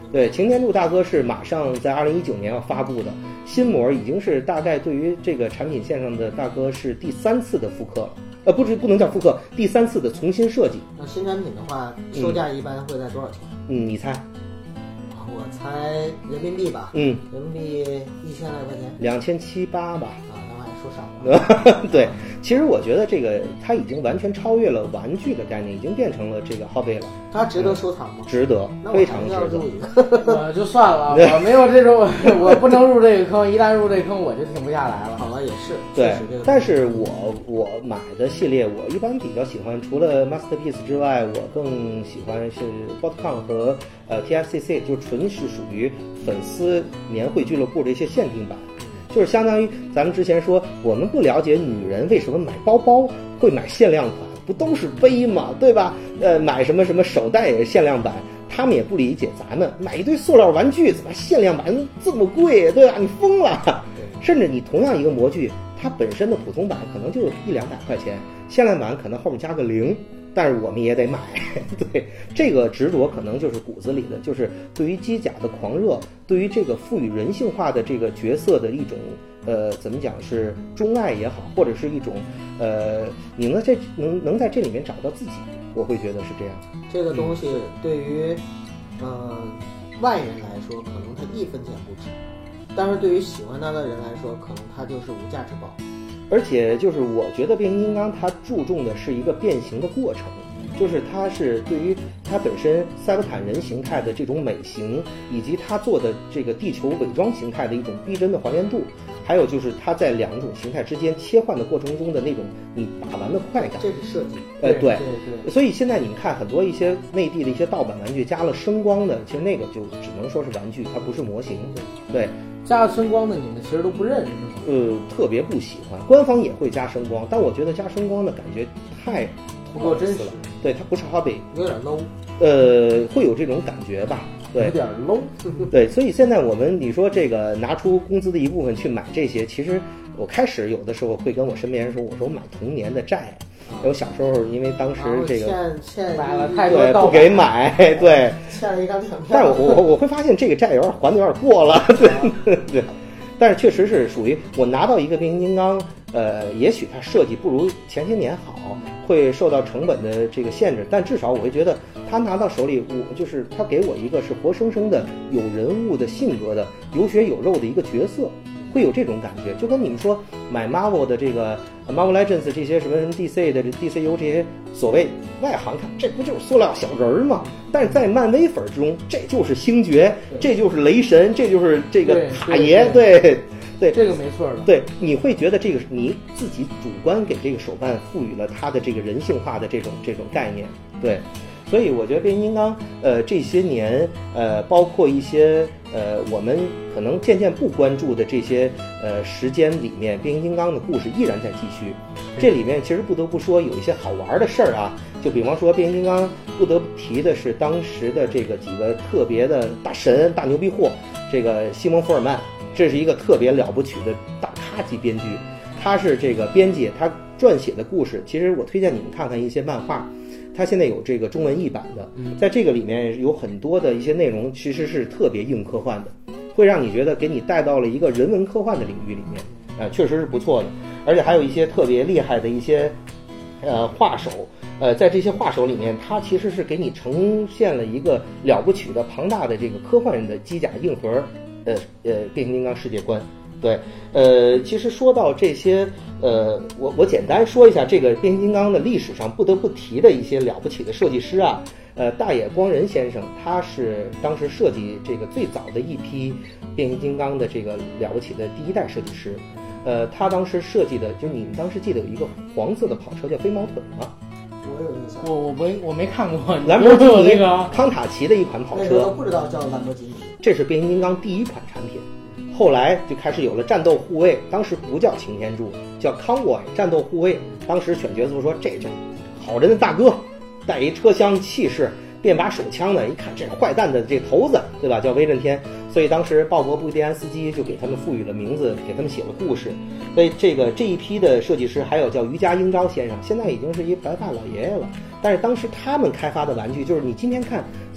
对，擎天柱大哥是马上在2019年要发布的新模，已经是大概对于这个产品线上的大哥是第3次的复刻了，不能叫复刻，第3次的重新设计。 那新产品的话，售价一般会在多少钱？ 你猜？ 我猜人民币吧。人民币1000来块钱 ，2700吧。 那我还说少了。 对，其实我觉得这个它已经完全超越了玩具的概念，已经变成了这个 hobby 了。 它值得收藏吗？ 值得，非常值得。 就算了，我没有这种，我不能入这个坑，一旦入这个坑我就停不下来了。 好了，也是。 对，但是我买的系列，我一般比较喜欢，除了 Masterpiece 之外，我更喜欢是 BotCon 和TFCC， 就纯是属于粉丝年会俱乐部的一些限定版。就是相当于咱们之前说，我们不了解女人为什么买包包会买限量款，不都是背吗？对吧？买什么什么手袋也限量版，他们也不理解咱们买一堆塑料玩具怎么限量版这么贵，对吧？你疯了！甚至你同样一个模具，它本身的普通版可能就100-200块钱，限量版可能后面加个0。但是我们也得买，对，这个执着可能就是骨子里的，就是对于机甲的狂热，对于这个赋予人性化的这个角色的一种怎么讲是钟爱也好，或者是一种你能在这里面找到自己，我会觉得是这样。 这个东西对于外人来说，可能它1分钱不值，但是对于喜欢它的人来说，可能它就是无价之宝。 而且就是我觉得变形金刚它注重的是一个变形的过程，就是它是对于它本身赛博坦人形态的这种美型，以及它做的这个地球伪装形态的一种逼真的还原度，还有就是它在2种形态之间切换的过程中的那种你把玩的快感， 这是设计。 对，所以现在你们看很多一些内地的一些盗版玩具加了声光的，其实那个就只能说是玩具，它不是模型。对， 加了声光的你们其实都不认识吗？ 特别不喜欢。官方也会加声光，但我觉得加声光的感觉太不够真实了。 对，它不是 hobby， 有点 low。 会有这种感觉吧？对， 有点 low。 对，所以现在你说这个拿出工资的一部分去买这些，其实我开始有的时候会跟我身边人说，我说我买童年的债。我小时候因为当时这个欠买了太多不给买，对， 欠了一张票。 但是我会发现这个债还的有点过了，对。但是确实是属于我拿到一个变形金刚，也许它设计不如前些年好，会受到成本的这个限制，但至少我会觉得他拿到手里，我就是他给我一个是活生生的有人物的性格的有血有肉的一个角色，会有这种感觉。就跟你们说买 Marvel 的这个 Marvel Legends 这些什么 DC 的 DCU 这些所谓外行看，这不就是塑料小人吗？但是在漫威粉中，这就是星爵，这就是雷神，这就是这个塔爷，对， 这个没错的。 对，你会觉得这个是你自己主观给这个手办赋予了它的这个人性化的这种概念，对。所以我觉得变形金刚这些年包括一些我们可能渐渐不关注的这些时间里面，变形金刚的故事依然在继续。这里面其实不得不说有一些好玩的事儿啊，就比方说变形金刚不得不提的是当时的这个几个特别的大神大牛逼货，这个西蒙·福尔曼，这是一个特别了不起的大咖级编剧，他是这个编辑，他撰写的故事，其实我推荐你们看看一些漫画。它现在有这个中文译版的，在这个里面有很多的一些内容其实是特别硬科幻的，会让你觉得给你带到了一个人文科幻的领域里面，确实是不错的。而且还有一些特别厉害的一些画手，在这些画手里面，它其实是给你呈现了一个了不起的庞大的这个科幻的机甲硬核变形金刚世界观。对，其实说到这些，我简单说一下这个变形金刚的历史上不得不提的一些了不起的设计师啊。大野光人先生，他是当时设计这个最早的一批变形金刚的这个了不起的第一代设计师。他当时设计的，就是你们当时记得有一个黄色的跑车叫飞毛腿吗？ 我有印象。 我没看过。 兰博基尼康塔奇的一款跑车， 那时候不知道叫兰博基尼。 这是变形金刚第一款产品。后来就开始有了战斗护卫，当时不叫擎天柱，叫 Convoy 战斗护卫。当时选角色说这好人的大哥，带一车厢气势，变把手枪的，一看这坏蛋的这头子，对吧？叫威震天。所以当时鲍勃布迪安斯基就给他们赋予了名字，给他们写了故事。所以这一批的设计师还有叫于家英昭先生，现在已经是一白发老爷爷了。但是当时他们开发的玩具，就是你今天看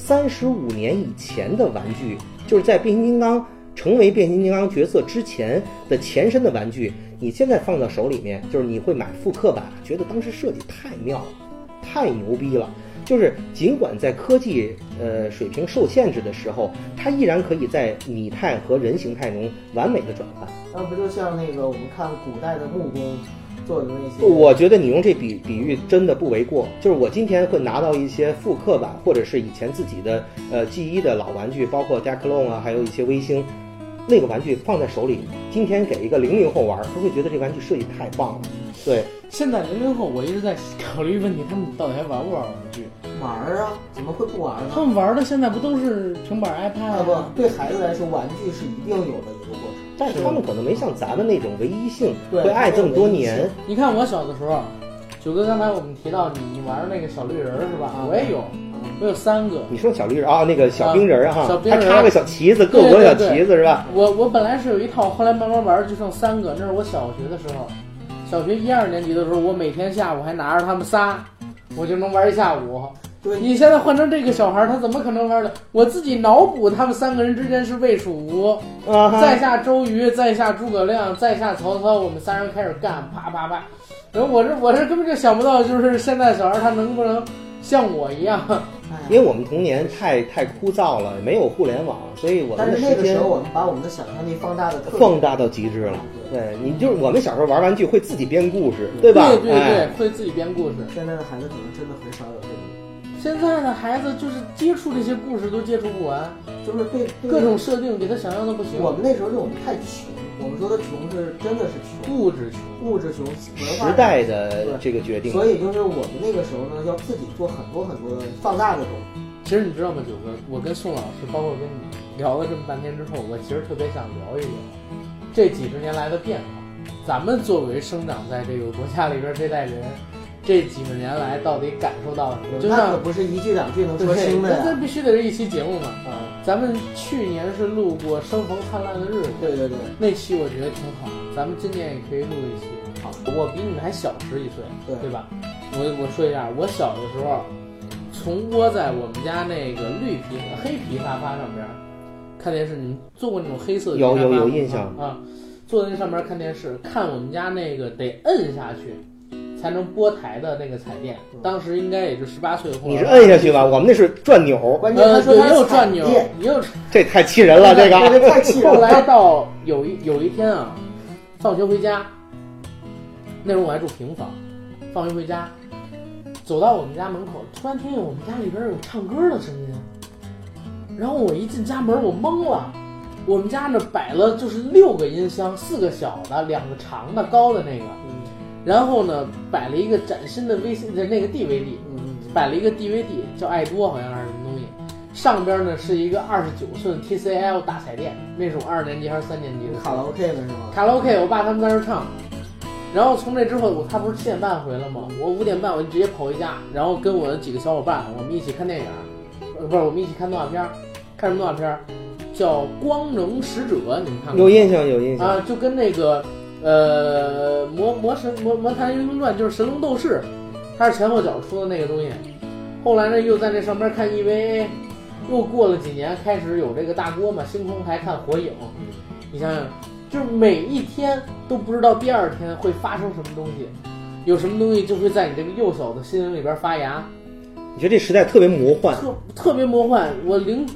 35年以前的玩具，就是在变形金刚成为变形金刚角色之前的前身的玩具，你现在放到手里面，就是你会买复刻版，觉得当时设计太妙了，太牛逼了。就是尽管在科技水平受限制的时候，它依然可以在拟态和人形态中完美的转换。 那不就像那个我们看古代的木工做的那些？ 我觉得你用这比喻真的不为过。就是我今天会拿到一些复刻版，或者是以前自己的G1的老玩具，包括 Decathlon 啊，还有一些微星，那个玩具放在手里，今天给一个00后玩，他会觉得这玩具设计太棒了。对， 现在00后我一直在考虑问题，他们到底还玩不玩玩具？ 玩啊，怎么会不玩呢？ 他们玩的现在不都是平板 iPad 啊？不，对孩子来说，玩具是一定有的一个过程。 但是他们可能没像咱们那种唯一性，会爱这么多年。 你看我小的时候，九哥刚才我们提到你玩那个小绿人是吧？我也有，我有3个。 你说小绿人啊，那个小冰人哈， 小冰人还插个小旗子，各国小旗子是吧？ 我本来是有一套，后来慢慢玩就剩3个。那是我小学的时候，小学1、2年级的时候，我每天下午还拿着他们仨，我就能玩一下午。 对， 你现在换成这个小孩，他怎么可能玩的？我自己脑补他们3个人之间是魏蜀吴，在下周瑜，在下诸葛亮，在下曹操，我们3人开始干，啪啪啪。然后我这根本就想不到，就是现在小孩他能不能像我一样？ 因为我们童年太枯燥了，没有互联网，所以我们的时间。 但是那个时候我们把我们的想象力放大到极致了。对，你就是我们小时候玩玩具会自己编故事，对吧？ 对，会自己编故事。 现在的孩子可能真的很少有这种。 现在的孩子就是接触这些故事都接触不完， 就是对各种设定给他想象的不行。 我们那时候是我们太穷，我们说的穷是真的是穷， 物质穷， 时代的这个决定。 所以就是我们那个时候呢，要自己做很多很多的放大的东西。 其实你知道吗，九哥，我跟宋老师，包括跟你聊了这么半天之后，我其实特别想聊一聊这几十年来的变化。咱们作为生长在这个国家里边这代人，这几十年来到底感受到了什么？就像可不是1句2句能说清的呀。 这必须得是一期节目嘛。咱们去年是录过《生逢灿烂的日子》， 对， 那期我觉得挺好。咱们今年也可以录一期。好，我比你们还小11岁，对吧？我说一下，我小的时候，从窝在我们家那个黑皮沙发上边看电视。你们坐过那种黑色的有印象啊？坐在那上面看电视，看我们家那个得摁下去才能拨台的那个彩电，当时应该也就18岁后。 你是摁下去吧？我们那是转钮。 关键他说也有转钮，也有。 这太气人了，这个太气人了。 后来到有一天啊，放学回家，那时候我还住平房，放学回家，走到我们家门口，突然听见我们家里边有唱歌的声音，然后我一进家门，我懵了。我们家那摆了就是6个音箱，4个小的，2个长的高的那个，然后呢摆了一个崭新的那个 DVD，摆了一个 DVD 叫爱多，好像还是什么东西，上边呢是一个29寸 TCL 大彩电，那是我2年级还是3年级的卡拉 OK 的是吗？ 卡拉 OK， 我爸他们在那唱。然后从那之后，他不是7点半回来吗？我5点半我就直接跑回家，然后跟我的几个小伙伴，我们一起看电影，不是，我们一起看动画片。看什么动画片？叫《光能使者》，你们看过？ 有印象啊，就跟那个魔坛英雄传，就是神龙斗士，它是前后脚出的那个东西。后来呢，又在那上边看 EVA， 又过了几年，开始有这个大锅嘛，星空台看火影。你想想，就是每一天都不知道第2天会发生什么东西，有什么东西就会在你这个幼小的心灵里边发芽。 你觉得这时代特别魔幻？ 特别魔幻。我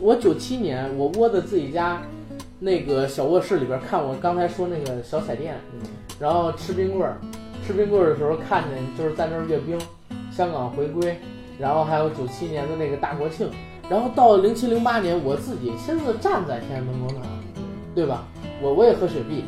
97年，我窝在自己家那个小卧室里边看我刚才说那个小彩电，然后吃冰棍儿的时候看见就是在那儿阅兵，香港回归，然后还有97年的那个大国庆，然后到了07、08年，我自己亲自站在天安门广场，对吧？我也喝雪碧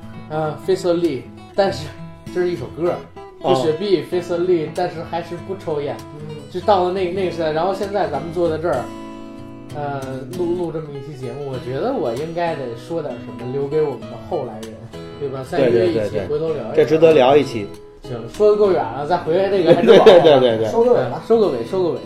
，Face a Lee， 但是这是一首歌。喝雪碧 Face a Lee， 但是还是不抽烟，就到了那个时代。然后现在咱们坐在这儿，录这么一期节目，我觉得我应该得说点什么，留给我们的后来人，对吧？再约一起，回头聊一下， 这值得聊一期。 行，说的够远了，再回来这个还是对， 收个尾吧， 收个尾。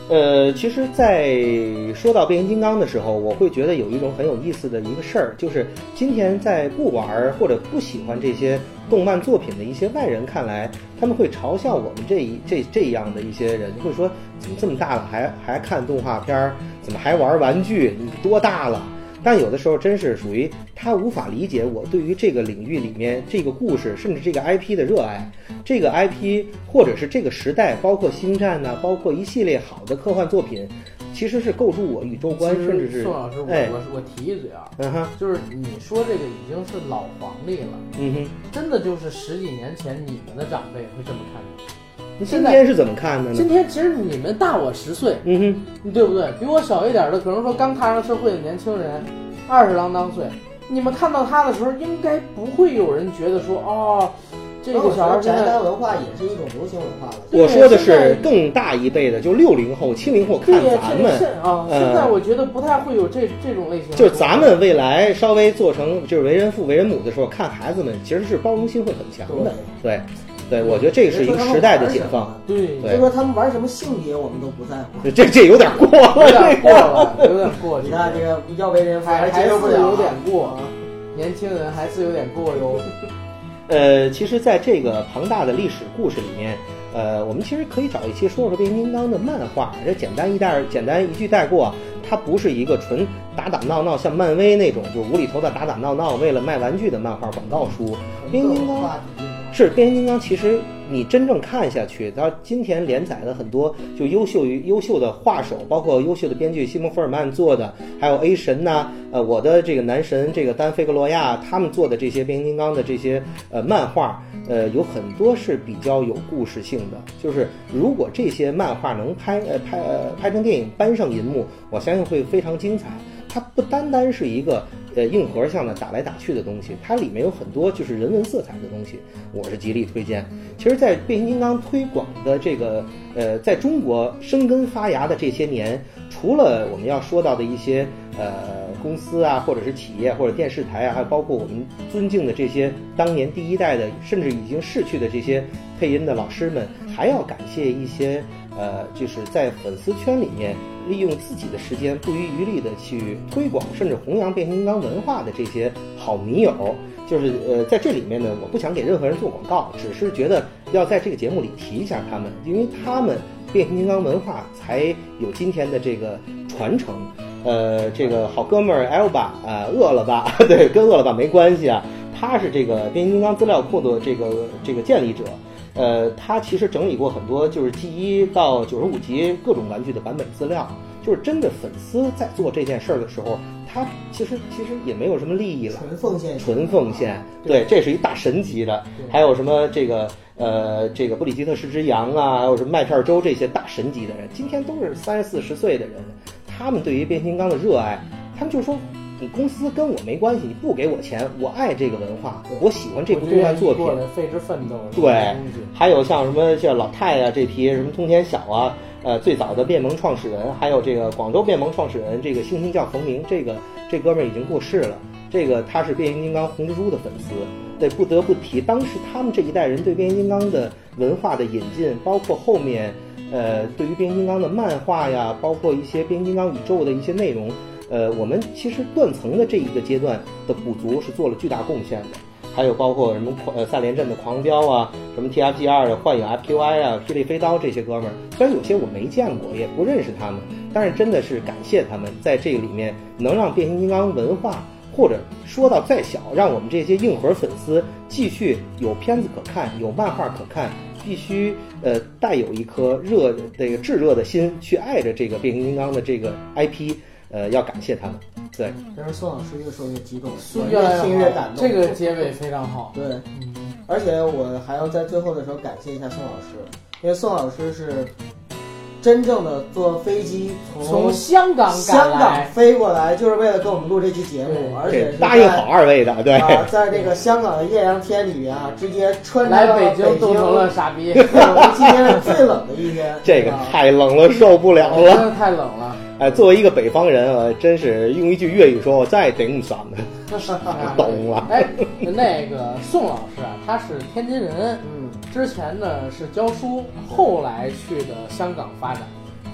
其实，在说到变形金刚的时候，我会觉得有一种很有意思的一个事儿，就是今天在不玩或者不喜欢这些动漫作品的一些外人看来，他们会嘲笑我们这样的一些人，会说怎么这么大了还看动画片，怎么还玩玩具？你多大了？但有的时候真是属于他无法理解我对于这个领域里面这个故事甚至这个 IP 的热爱，这个 IP 或者是这个时代，包括星战呢，包括一系列好的科幻作品，其实是构筑我宇宙观，甚至是宋老师，我提一嘴啊，就是你说这个已经是老黄历了，真的就是10几年前你们的长辈会这么看你。 今天是怎么看的呢？ 今天其实你们大我10岁，对不对？比我小一点的，可能说刚踏上社会的年轻人，20郎当岁，你们看到他的时候，应该不会有人觉得说，哦，这个小孩宅男文化也是一种流行文化了。 我说的是更大一辈的，就60后、70后看咱们现在我觉得不太会有这种类型的。 就是咱们未来稍微做成就是为人父、为人母的时候，看孩子们其实是包容心会很强的，对，我觉得这是一个时代的解放。 对，就说他们玩什么性别，我们都不在乎。 这有点过了， 有点过了，有点过。 你看这个要为人父还接受不了， 有点过啊。年轻人还是有点过哟。 其实，在这个庞大的历史故事里面，我们其实可以找一些说变形金刚的漫画，这简单一句带过。它不是一个纯打打闹闹，像漫威那种就是无厘头的打打闹闹，为了卖玩具的漫画广告书。变形金刚变形金刚，其实你真正看下去，它今天连载了很多就优秀的画手，包括优秀的编剧西蒙·福尔曼做的，还有 A 神呐，我的这个男神这个丹·费格罗亚他们做的这些变形金刚的这些漫画，有很多是比较有故事性的。就是如果这些漫画能拍成电影搬上银幕，我相信会非常精彩。它不单单是一个硬核向的打来打去的东西，它里面有很多就是人文色彩的东西，我是极力推荐。其实在变形金刚推广的这个在中国生根发芽的这些年，除了我们要说到的一些公司啊，或者是企业或者电视台啊，还有包括我们尊敬的这些当年第一代的甚至已经逝去的这些配音的老师们，还要感谢一些就是在粉丝圈里面利用自己的时间不遗余力的去推广甚至弘扬变形金刚文化的这些好迷友。就是在这里面呢，我不想给任何人做广告，只是觉得要在这个节目里提一下他们，因为他们变形金刚文化才有今天的这个传承。这个好哥们儿 Elba 饿了吧？对，跟饿了吧没关系啊，他是这个变形金刚资料库的这个建立者。他其实整理过很多就是G1到95级各种玩具的版本资料，就是真的粉丝在做这件事儿的时候，他其实也没有什么利益了，纯奉献，对，这是一大神级的。还有什么这个布里吉特石之羊啊，还有什么麦片周这些大神级的人，今天都是30、40岁的人，他们对于变形金刚的热爱，他们就说你公司跟我没关系，你不给我钱，我爱这个文化，我喜欢这部动漫作品， 费之奋斗。 对，还有像什么像老太啊这批，什么通天晓啊，最早的变萌创始人，还有这个广州变萌创始人这个星星叫冯明，这哥们儿已经过世了，这个他是变形金刚红蜘蛛的粉丝。对，不得不提当时他们这一代人对变形金刚的文化的引进，包括后面对于变形金刚的漫画呀，包括一些变形金刚宇宙的一些内容，我们其实断层的这一个阶段的补足是做了巨大贡献的。还有包括什么赛莲镇的狂飙啊，什么 TFG2 的幻影 FQI 啊，霹雳飞刀这些哥们儿，虽然有些我没见过，也不认识他们，但是真的是感谢他们在这个里面能让变形金刚文化，或者说到再小，让我们这些硬核粉丝继续有片子可看，有漫画可看，必须带有一颗炙热的心去爱着这个变形金刚的这个 IP。要感谢他们。对， 但是宋老师越说越激动， 越听越感动。 这个结尾非常好。 对，而且我还要在最后的时候感谢一下宋老师，因为宋老师是真正的坐飞机从香港飞过来，就是为了跟我们录这期节目，而且是答应好二位的。对， 在这个香港的艳阳天里面啊，直接穿来北京冻成了傻逼。 今天是最冷的一天， 这个太冷了，受不了了， 真的太冷了。 作为一个北方人，真是用一句粤语说，我再顶爽了，懂了。 那个宋老师啊，他是天津人，之前呢是教书，后来去的香港发展。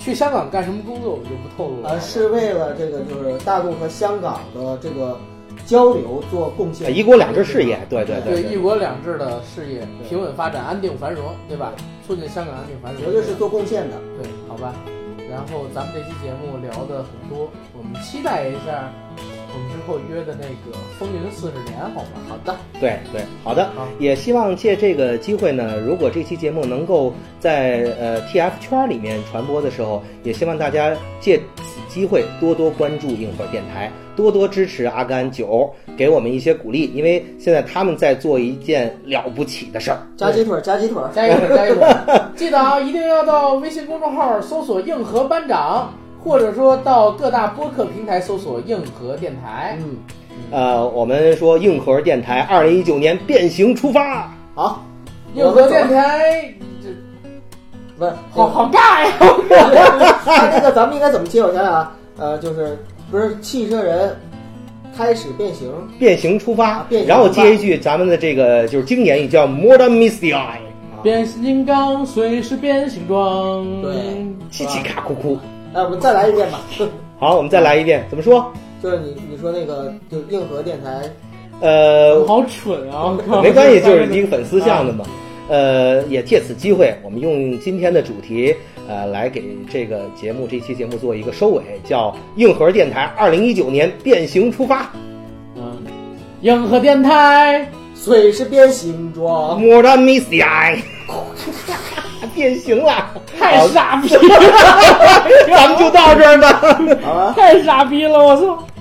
去香港干什么工作我就不透露了。 是为了这个就是大陆和香港的这个交流做贡献， 一国两制事业，对， 一国两制的事业平稳发展、安定繁荣，对吧？促进香港安定繁荣， 绝对是做贡献的。 对，好吧。然后咱们这期节目聊的很多，我们期待一下我们之后约的那个风云40年，好吗？ 好的， 对，好的。也希望借这个机会呢，如果这期节目能够在TF 圈里面传播的时候，也希望大家借此机会多多关注硬核电台，多多支持阿甘9，给我们一些鼓励，因为现在他们在做一件了不起的事儿。 加鸡腿，加一腿。 记得啊，一定要到微信公众号搜索硬核班长，或者说到各大播客平台搜索硬核电台。 我们说硬核电台2019年变形出发。 好， 硬核电台不好尬呀！ 那这个咱们应该怎么接？我想想啊，就是不是汽车人开始变形出发， 然后接一句咱们的这个就是经典语叫 More than Misty-Eye， 变形金刚随时变形装， 对， 叽叽咔哭哭。 我们再来一遍吧。 好，我们再来一遍，怎么说？ 就是你说那个就硬核电台， 好蠢啊！ 没关系，就是一个粉丝向的嘛。也借此机会，我们用今天的主题，来给这个节目这期节目做一个收尾，叫硬核电台2019年变形出发。 硬核电台随时变形装 ，More than Misty-Eye， 变形了， 太傻逼了！ 咱们就到这儿吧。 好吧， 太傻逼了，我操！